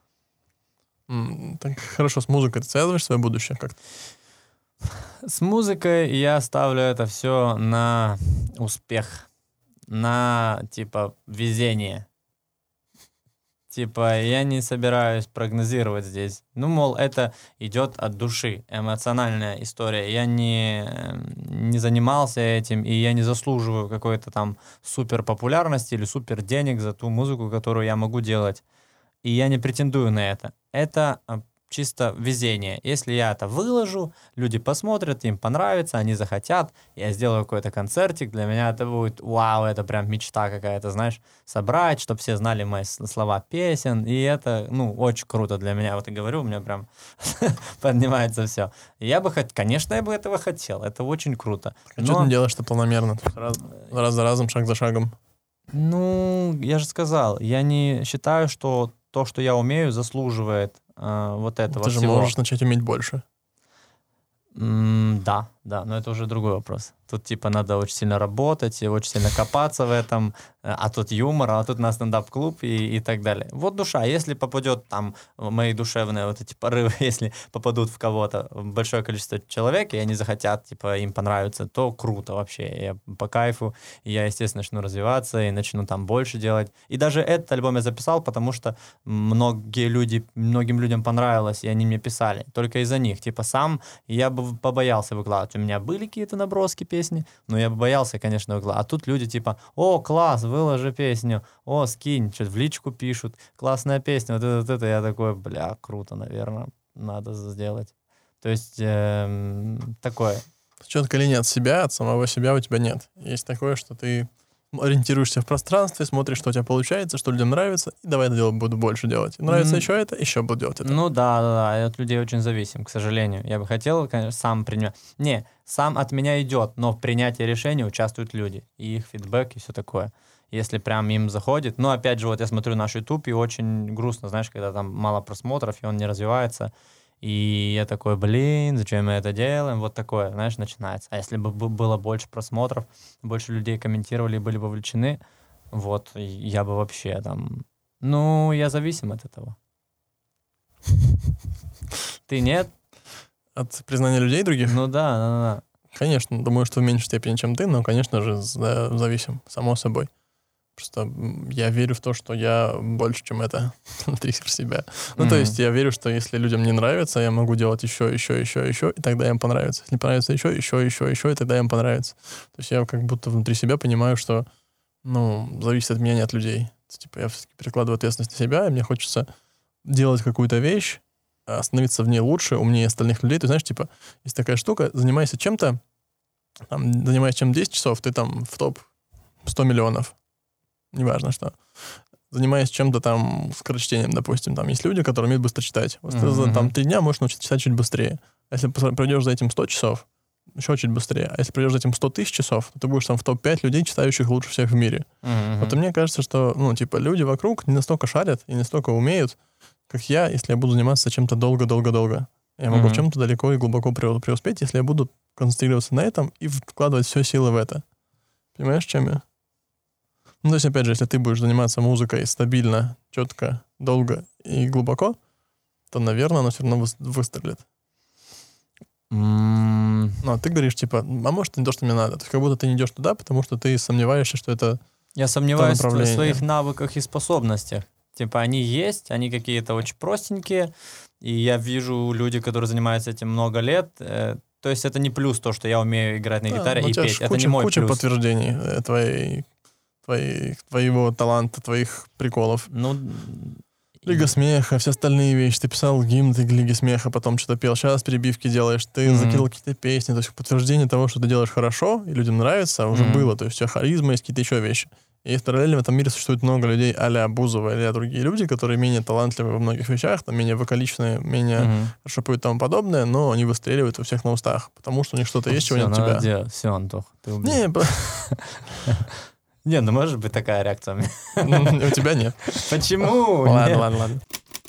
Mm, так хорошо, с музыкой ты связываешь свое будущее как-то? С музыкой я ставлю это все на успех, на, типа, везение. Типа, я не собираюсь прогнозировать здесь. Ну, мол, это идет от души, эмоциональная история. Я не, не занимался этим, и я не заслуживаю какой-то там супер популярности или супер денег за ту музыку, которую я могу делать. И я не претендую на это. Это чисто везение. Если я это выложу, люди посмотрят, им понравится, они захотят, я сделаю какой-то концертик, для меня это будет, вау, это прям мечта какая-то, знаешь, собрать, чтобы все знали мои слова песен, и это, ну, очень круто для меня, вот и говорю, у меня прям поднимается все. Я бы, хоть, конечно, я бы этого хотел, это очень круто. А что ты делаешь-то планомерно? Раз, раз за разом, шаг за шагом? Ну, я же сказал, я не считаю, что то, что я умею, заслуживает э, вот этого Ты же всего. можешь начать уметь больше. Mm, да, да, но это уже другой вопрос. Тут типа надо очень сильно работать и очень сильно копаться в этом, а тут юмор, а тут на стендап-клуб и, и так далее. Вот душа. Если попадет там мои душевные вот эти порывы, если попадут в кого-то большое количество человек, и они захотят, типа, им понравится, то круто вообще. Я по кайфу, и я, естественно, начну развиваться и начну там больше делать. И даже этот альбом я записал, потому что многие люди, многим людям понравилось, и они мне писали. Только из-за них. Типа сам я бы побоялся выкладывать. У меня были какие-то наброски песни, но я бы боялся, конечно, выкладывать. А тут люди типа, о, класс, выложи песню, о, скинь, что-то в личку пишут, классная песня, вот это, вот это. Я такой, бля, круто, наверное, надо сделать. То есть э, такое. Четкой линии от себя, от самого себя у тебя нет. Есть такое, что ты ориентируешься в пространстве, смотришь, что у тебя получается, что людям нравится, и давай это дело буду больше делать. Нравится mm. еще это, еще буду делать это. Ну да, да, да, я от людей очень зависим, к сожалению. Я бы хотел, конечно, сам принимать. Не, сам от меня идет, но в принятии решений участвуют люди, и их фидбэк, и все такое. Если прям им заходит. Но опять же, вот я смотрю наш YouTube, и очень грустно, знаешь, когда там мало просмотров, и он не развивается. И я такой, блин, зачем мы это делаем? Вот такое, знаешь, начинается. А если бы было больше просмотров, больше людей комментировали и были бы вовлечены, вот, я бы вообще там... Ну, я зависим от этого. Ты нет? От признания людей других? Ну да, да, да. Конечно, думаю, что в меньшей степени, чем ты, но, конечно же, зависим, само собой. Просто я верю в то, что я больше, чем это внутри себя. Ну, mm-hmm. то есть я верю, что если людям не нравится, я могу делать еще, еще, еще, еще, и тогда им понравится. Если понравится еще, еще, еще, еще, и тогда им понравится. То есть я как будто внутри себя понимаю, что, ну, зависит от меня, не от людей. Типа я все-таки перекладываю ответственность на себя, и мне хочется делать какую-то вещь, становиться в ней лучше, умнее остальных людей. Ты знаешь, типа, есть такая штука, занимайся чем-то, там, занимаясь чем десять часов, ты там в топ сто миллионов. Неважно что. Занимаясь чем-то там, скорочтением, допустим, там есть люди, которые умеют быстро читать. Вот mm-hmm. ты за там три дня можешь научиться читать чуть быстрее. А если проведешь за этим сто часов, еще чуть быстрее. А если пройдешь за этим сто тысяч часов, то ты будешь там в топ пять людей, читающих лучше всех в мире. Мгм. Вот и мне кажется, что, ну, типа, люди вокруг не настолько шарят и не настолько умеют, как я, если я буду заниматься чем-то долго-долго-долго. Я могу в Мгм. чем-то далеко и глубоко преу- преуспеть, если я буду концентрироваться на этом и вкладывать все силы в это. Понимаешь, чем я? Ну, то есть, опять же, если ты будешь заниматься музыкой стабильно, четко, долго и глубоко, то, наверное, оно все равно выс- выстрелит. М, Ну, а ты говоришь, типа, а может, это не то, что мне надо. То есть, как будто ты не идешь туда, потому что ты сомневаешься, что это... Я сомневаюсь в тво- направление. своих навыках и способностях. Типа они есть, они какие-то очень простенькие, и я вижу люди, которые занимаются этим много лет. э, То есть это не плюс то, что я умею играть на Да, гитаре но у и тебя петь. ж Это куча, не мой куча плюс. подтверждений э, твоей, твоей, твоего таланта, твоих приколов. Ну, Лига смеха, все остальные вещи. Ты писал гимн ты Лиги смеха, потом что-то пел. Сейчас перебивки делаешь. Ты Мгм. закидывал какие-то песни. То есть подтверждение того, что ты делаешь хорошо, и людям нравится, уже Мгм. было. То есть у тебя харизма, есть какие-то еще вещи. И параллельно в этом мире существует много людей а-ля Бузова или другие люди, которые менее талантливы во многих вещах, там, менее вокаличные, менее Мгм. хорошо поют и тому подобное, но они выстреливают у всех на устах, потому что у них что-то есть, чего Всё, нет у надо тебя. делать. Все, Антох, ты убил. Не, по- Не, ну может быть такая реакция. у меня. у тебя нет. Почему? Ладно, Нет. ладно, ладно.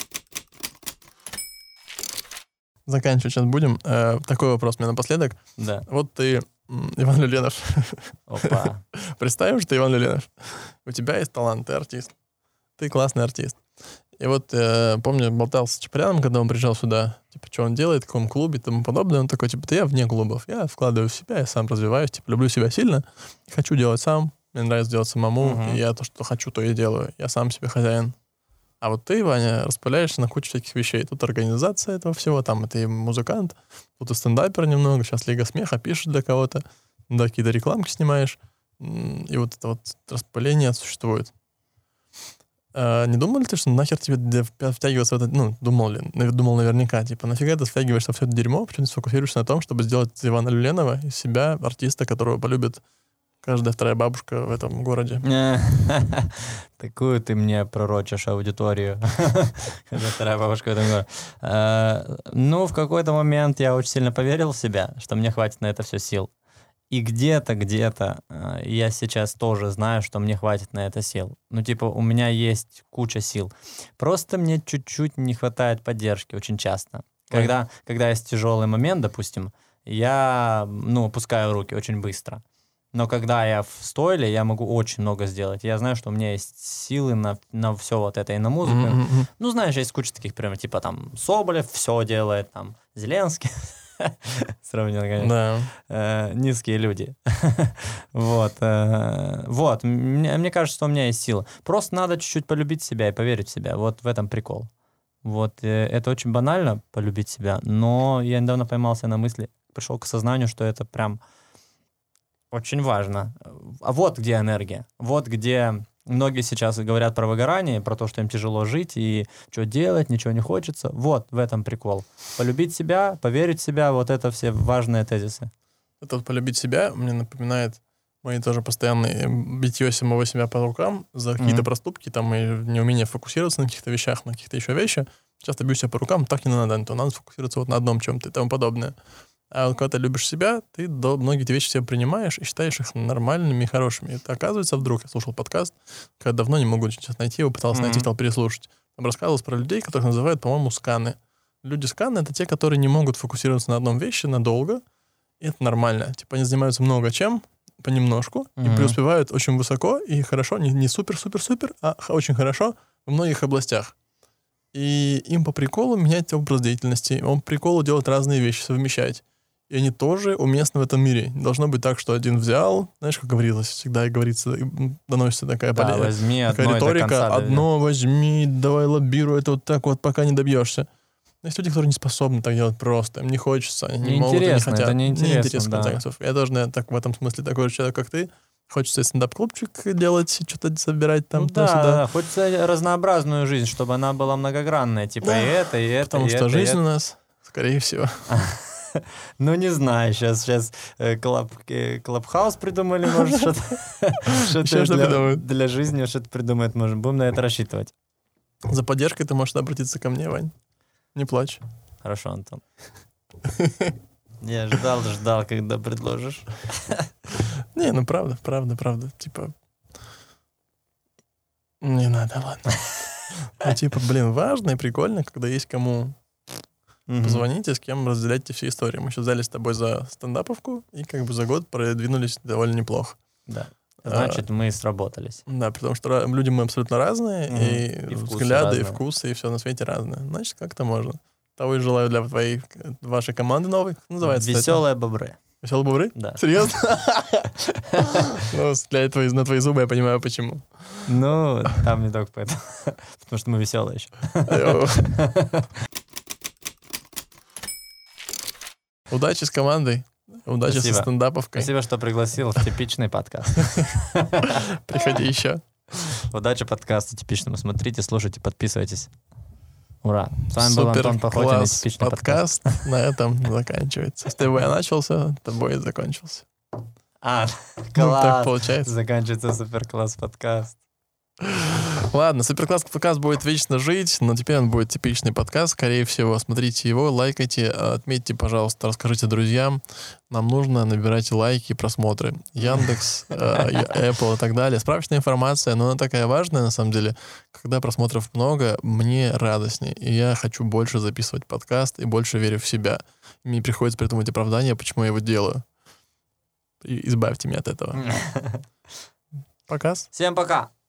Заканчивать сейчас будем. Э, Такой вопрос мне напоследок. Да. Вот ты, м, Иван Люленов, Опа. представим, что ты Иван Люленов. У тебя есть талант, ты артист. Ты классный артист. И вот э, помню, болтал с Чапаряном, когда он приезжал сюда, типа, что он делает, в каком клубе и тому подобное. Он такой, типа, да я вне клубов, я вкладываю в себя, я сам развиваюсь, типа, люблю себя сильно, хочу делать сам, мне нравится делать самому, Мгм. и я то, что хочу, то и делаю. Я сам себе хозяин. А вот ты, Ваня, распыляешься на кучу всяких вещей. Тут организация этого всего, там это и музыкант, тут и стендапер немного, сейчас Лига смеха, пишешь для кого-то, да, какие-то рекламки снимаешь, м, и вот это вот распыление существует. А, не думал ли ты, что нахер тебе для- впя- втягиваться в это, ну, думал ли, Нав- думал наверняка, типа, нафига ты втягиваешься в все это дерьмо, почему ты сфокусируешься на том, чтобы сделать из Ивана Люленова из себя артиста, которого полюбит каждая вторая бабушка в этом городе. Такую ты мне пророчишь аудиторию. Когда вторая бабушка в этом говорит. Э, Ну, в какой-то момент я очень сильно поверил в себя, что мне хватит на это все сил. И где-то, где-то э, я сейчас тоже знаю, что мне хватит на это сил. Ну, типа, у меня есть куча сил. Просто мне чуть-чуть не хватает поддержки очень часто. Когда, когда есть тяжелый момент, допустим, я, ну, опускаю руки очень быстро. Но когда я в стойле, я могу очень много сделать. Я знаю, что у меня есть силы на, на все вот это и на музыку. Мгм, мгм. Ну, знаешь, есть куча таких примеров, типа там Соболев все делает, там Зеленский. Сравнил, конечно. Да. Э, Низкие люди. Вот. э, Вот. Мне мне кажется, что у меня есть сила. Просто надо чуть-чуть полюбить себя и поверить в себя. Вот в этом прикол. Вот. э, Это очень банально, полюбить себя, но я недавно поймался на мысли, пришел к осознанию, что это прям очень важно. А вот где энергия. Вот где многие сейчас говорят про выгорание, про то, что им тяжело жить и что делать, ничего не хочется. Вот в этом прикол. Полюбить себя, поверить в себя, вот это все важные тезисы. Это вот полюбить себя мне напоминает мои тоже постоянные битье самого себя по рукам за какие-то Мгм. проступки, там, и неумение фокусироваться на каких-то вещах, на каких-то еще вещах. Часто бью себя по рукам, так не надо, то надо сфокусироваться вот на одном чем-то и тому подобное. А вот когда ты любишь себя, ты до многие эти вещи себе принимаешь и считаешь их нормальными и хорошими. Это оказывается вдруг, я слушал подкаст, когда давно не могу сейчас найти его, пытался найти, Мгм. стал переслушать. Там рассказывалось про людей, которых называют, по-моему, сканы. Люди сканы — это те, которые не могут фокусироваться на одном вещи надолго, и это нормально. Типа они занимаются много чем, понемножку, и Мгм. преуспевают очень высоко и хорошо, не, не супер-супер-супер, а х- очень хорошо в многих областях. И им по приколу менять образ деятельности, им по приколу делать разные вещи, совмещать. И они тоже уместны в этом мире. Не должно быть так, что один взял, знаешь, как говорилось всегда, и говорится, и м, доносится такая, Да, поле- возьми такая одно и до риторика, конца доведи. одно возьми, давай лоббируй это вот так вот, пока не добьешься. Но есть люди, которые не способны так делать просто, им не хочется, они не могут, и не Неинтересно, хотят. это неинтересно, Неинтересно, в конце да. концов. Я тоже, наверное, так в этом смысле такой же человек, как ты. Хочется и стендап-клубчик делать, и что-то собирать там Ну туда-сюда. да, да, хочется разнообразную жизнь, чтобы она была многогранная, типа Да, и это, и это, Потому и что это, и жизнь у это. нас, скорее всего. Ну, не знаю, сейчас, сейчас Клабхаус придумали, может, что-то что-то Ещё что для, придумают. для жизни что-то придумает, может, будем на это рассчитывать. За поддержкой ты можешь обратиться ко мне, Вань. Не плачь. Хорошо, Антон. Я ждал, ждал, когда предложишь. Не, ну правда, правда, правда. Типа, не надо, ладно. Ну, типа, блин, важно и прикольно, когда есть кому позвонить и с кем разделять эти все истории. Мы еще взяли с тобой за стендаповку и как бы за год продвинулись довольно неплохо. Да. Значит, а, мы сработались. Да, потому что люди мы абсолютно разные, угу. и, и взгляды, разные. И вкусы, и все на свете разное. Значит, как-то можно. Того и желаю для твоей, вашей команды новой. Называется, Веселые бобры. Веселые бобры? Да. Серьезно? Ну, стреляет на твои зубы, я понимаю, почему. Ну, там не только поэтому. Потому что мы веселые еще. Удачи с командой. Удачи Спасибо. Со стендаповкой. Спасибо, что пригласил в типичный подкаст. Приходи еще. Удачи подкасту типичному. Смотрите, слушайте, подписывайтесь. Ура. С вами был Антон Похотин, нетипичный подкаст. подкаст. На этом заканчивается. С тобой я начался, с тобой закончился. А, класс. Ну, так получается. Заканчивается суперкласс подкаст. Ладно, суперкласс подкаст будет вечно жить, но теперь он будет типичный подкаст, скорее всего. Смотрите его, лайкайте, отметьте, пожалуйста, расскажите друзьям. Нам нужно набирать лайки и просмотры. Яндекс, Apple и так далее. Справочная информация, но она такая важная, на самом деле. Когда просмотров много, мне радостнее. И я хочу больше записывать подкаст и больше верю в себя. Мне приходится придумать оправдание, почему я его делаю. И избавьте меня от этого. Пока. Всем пока.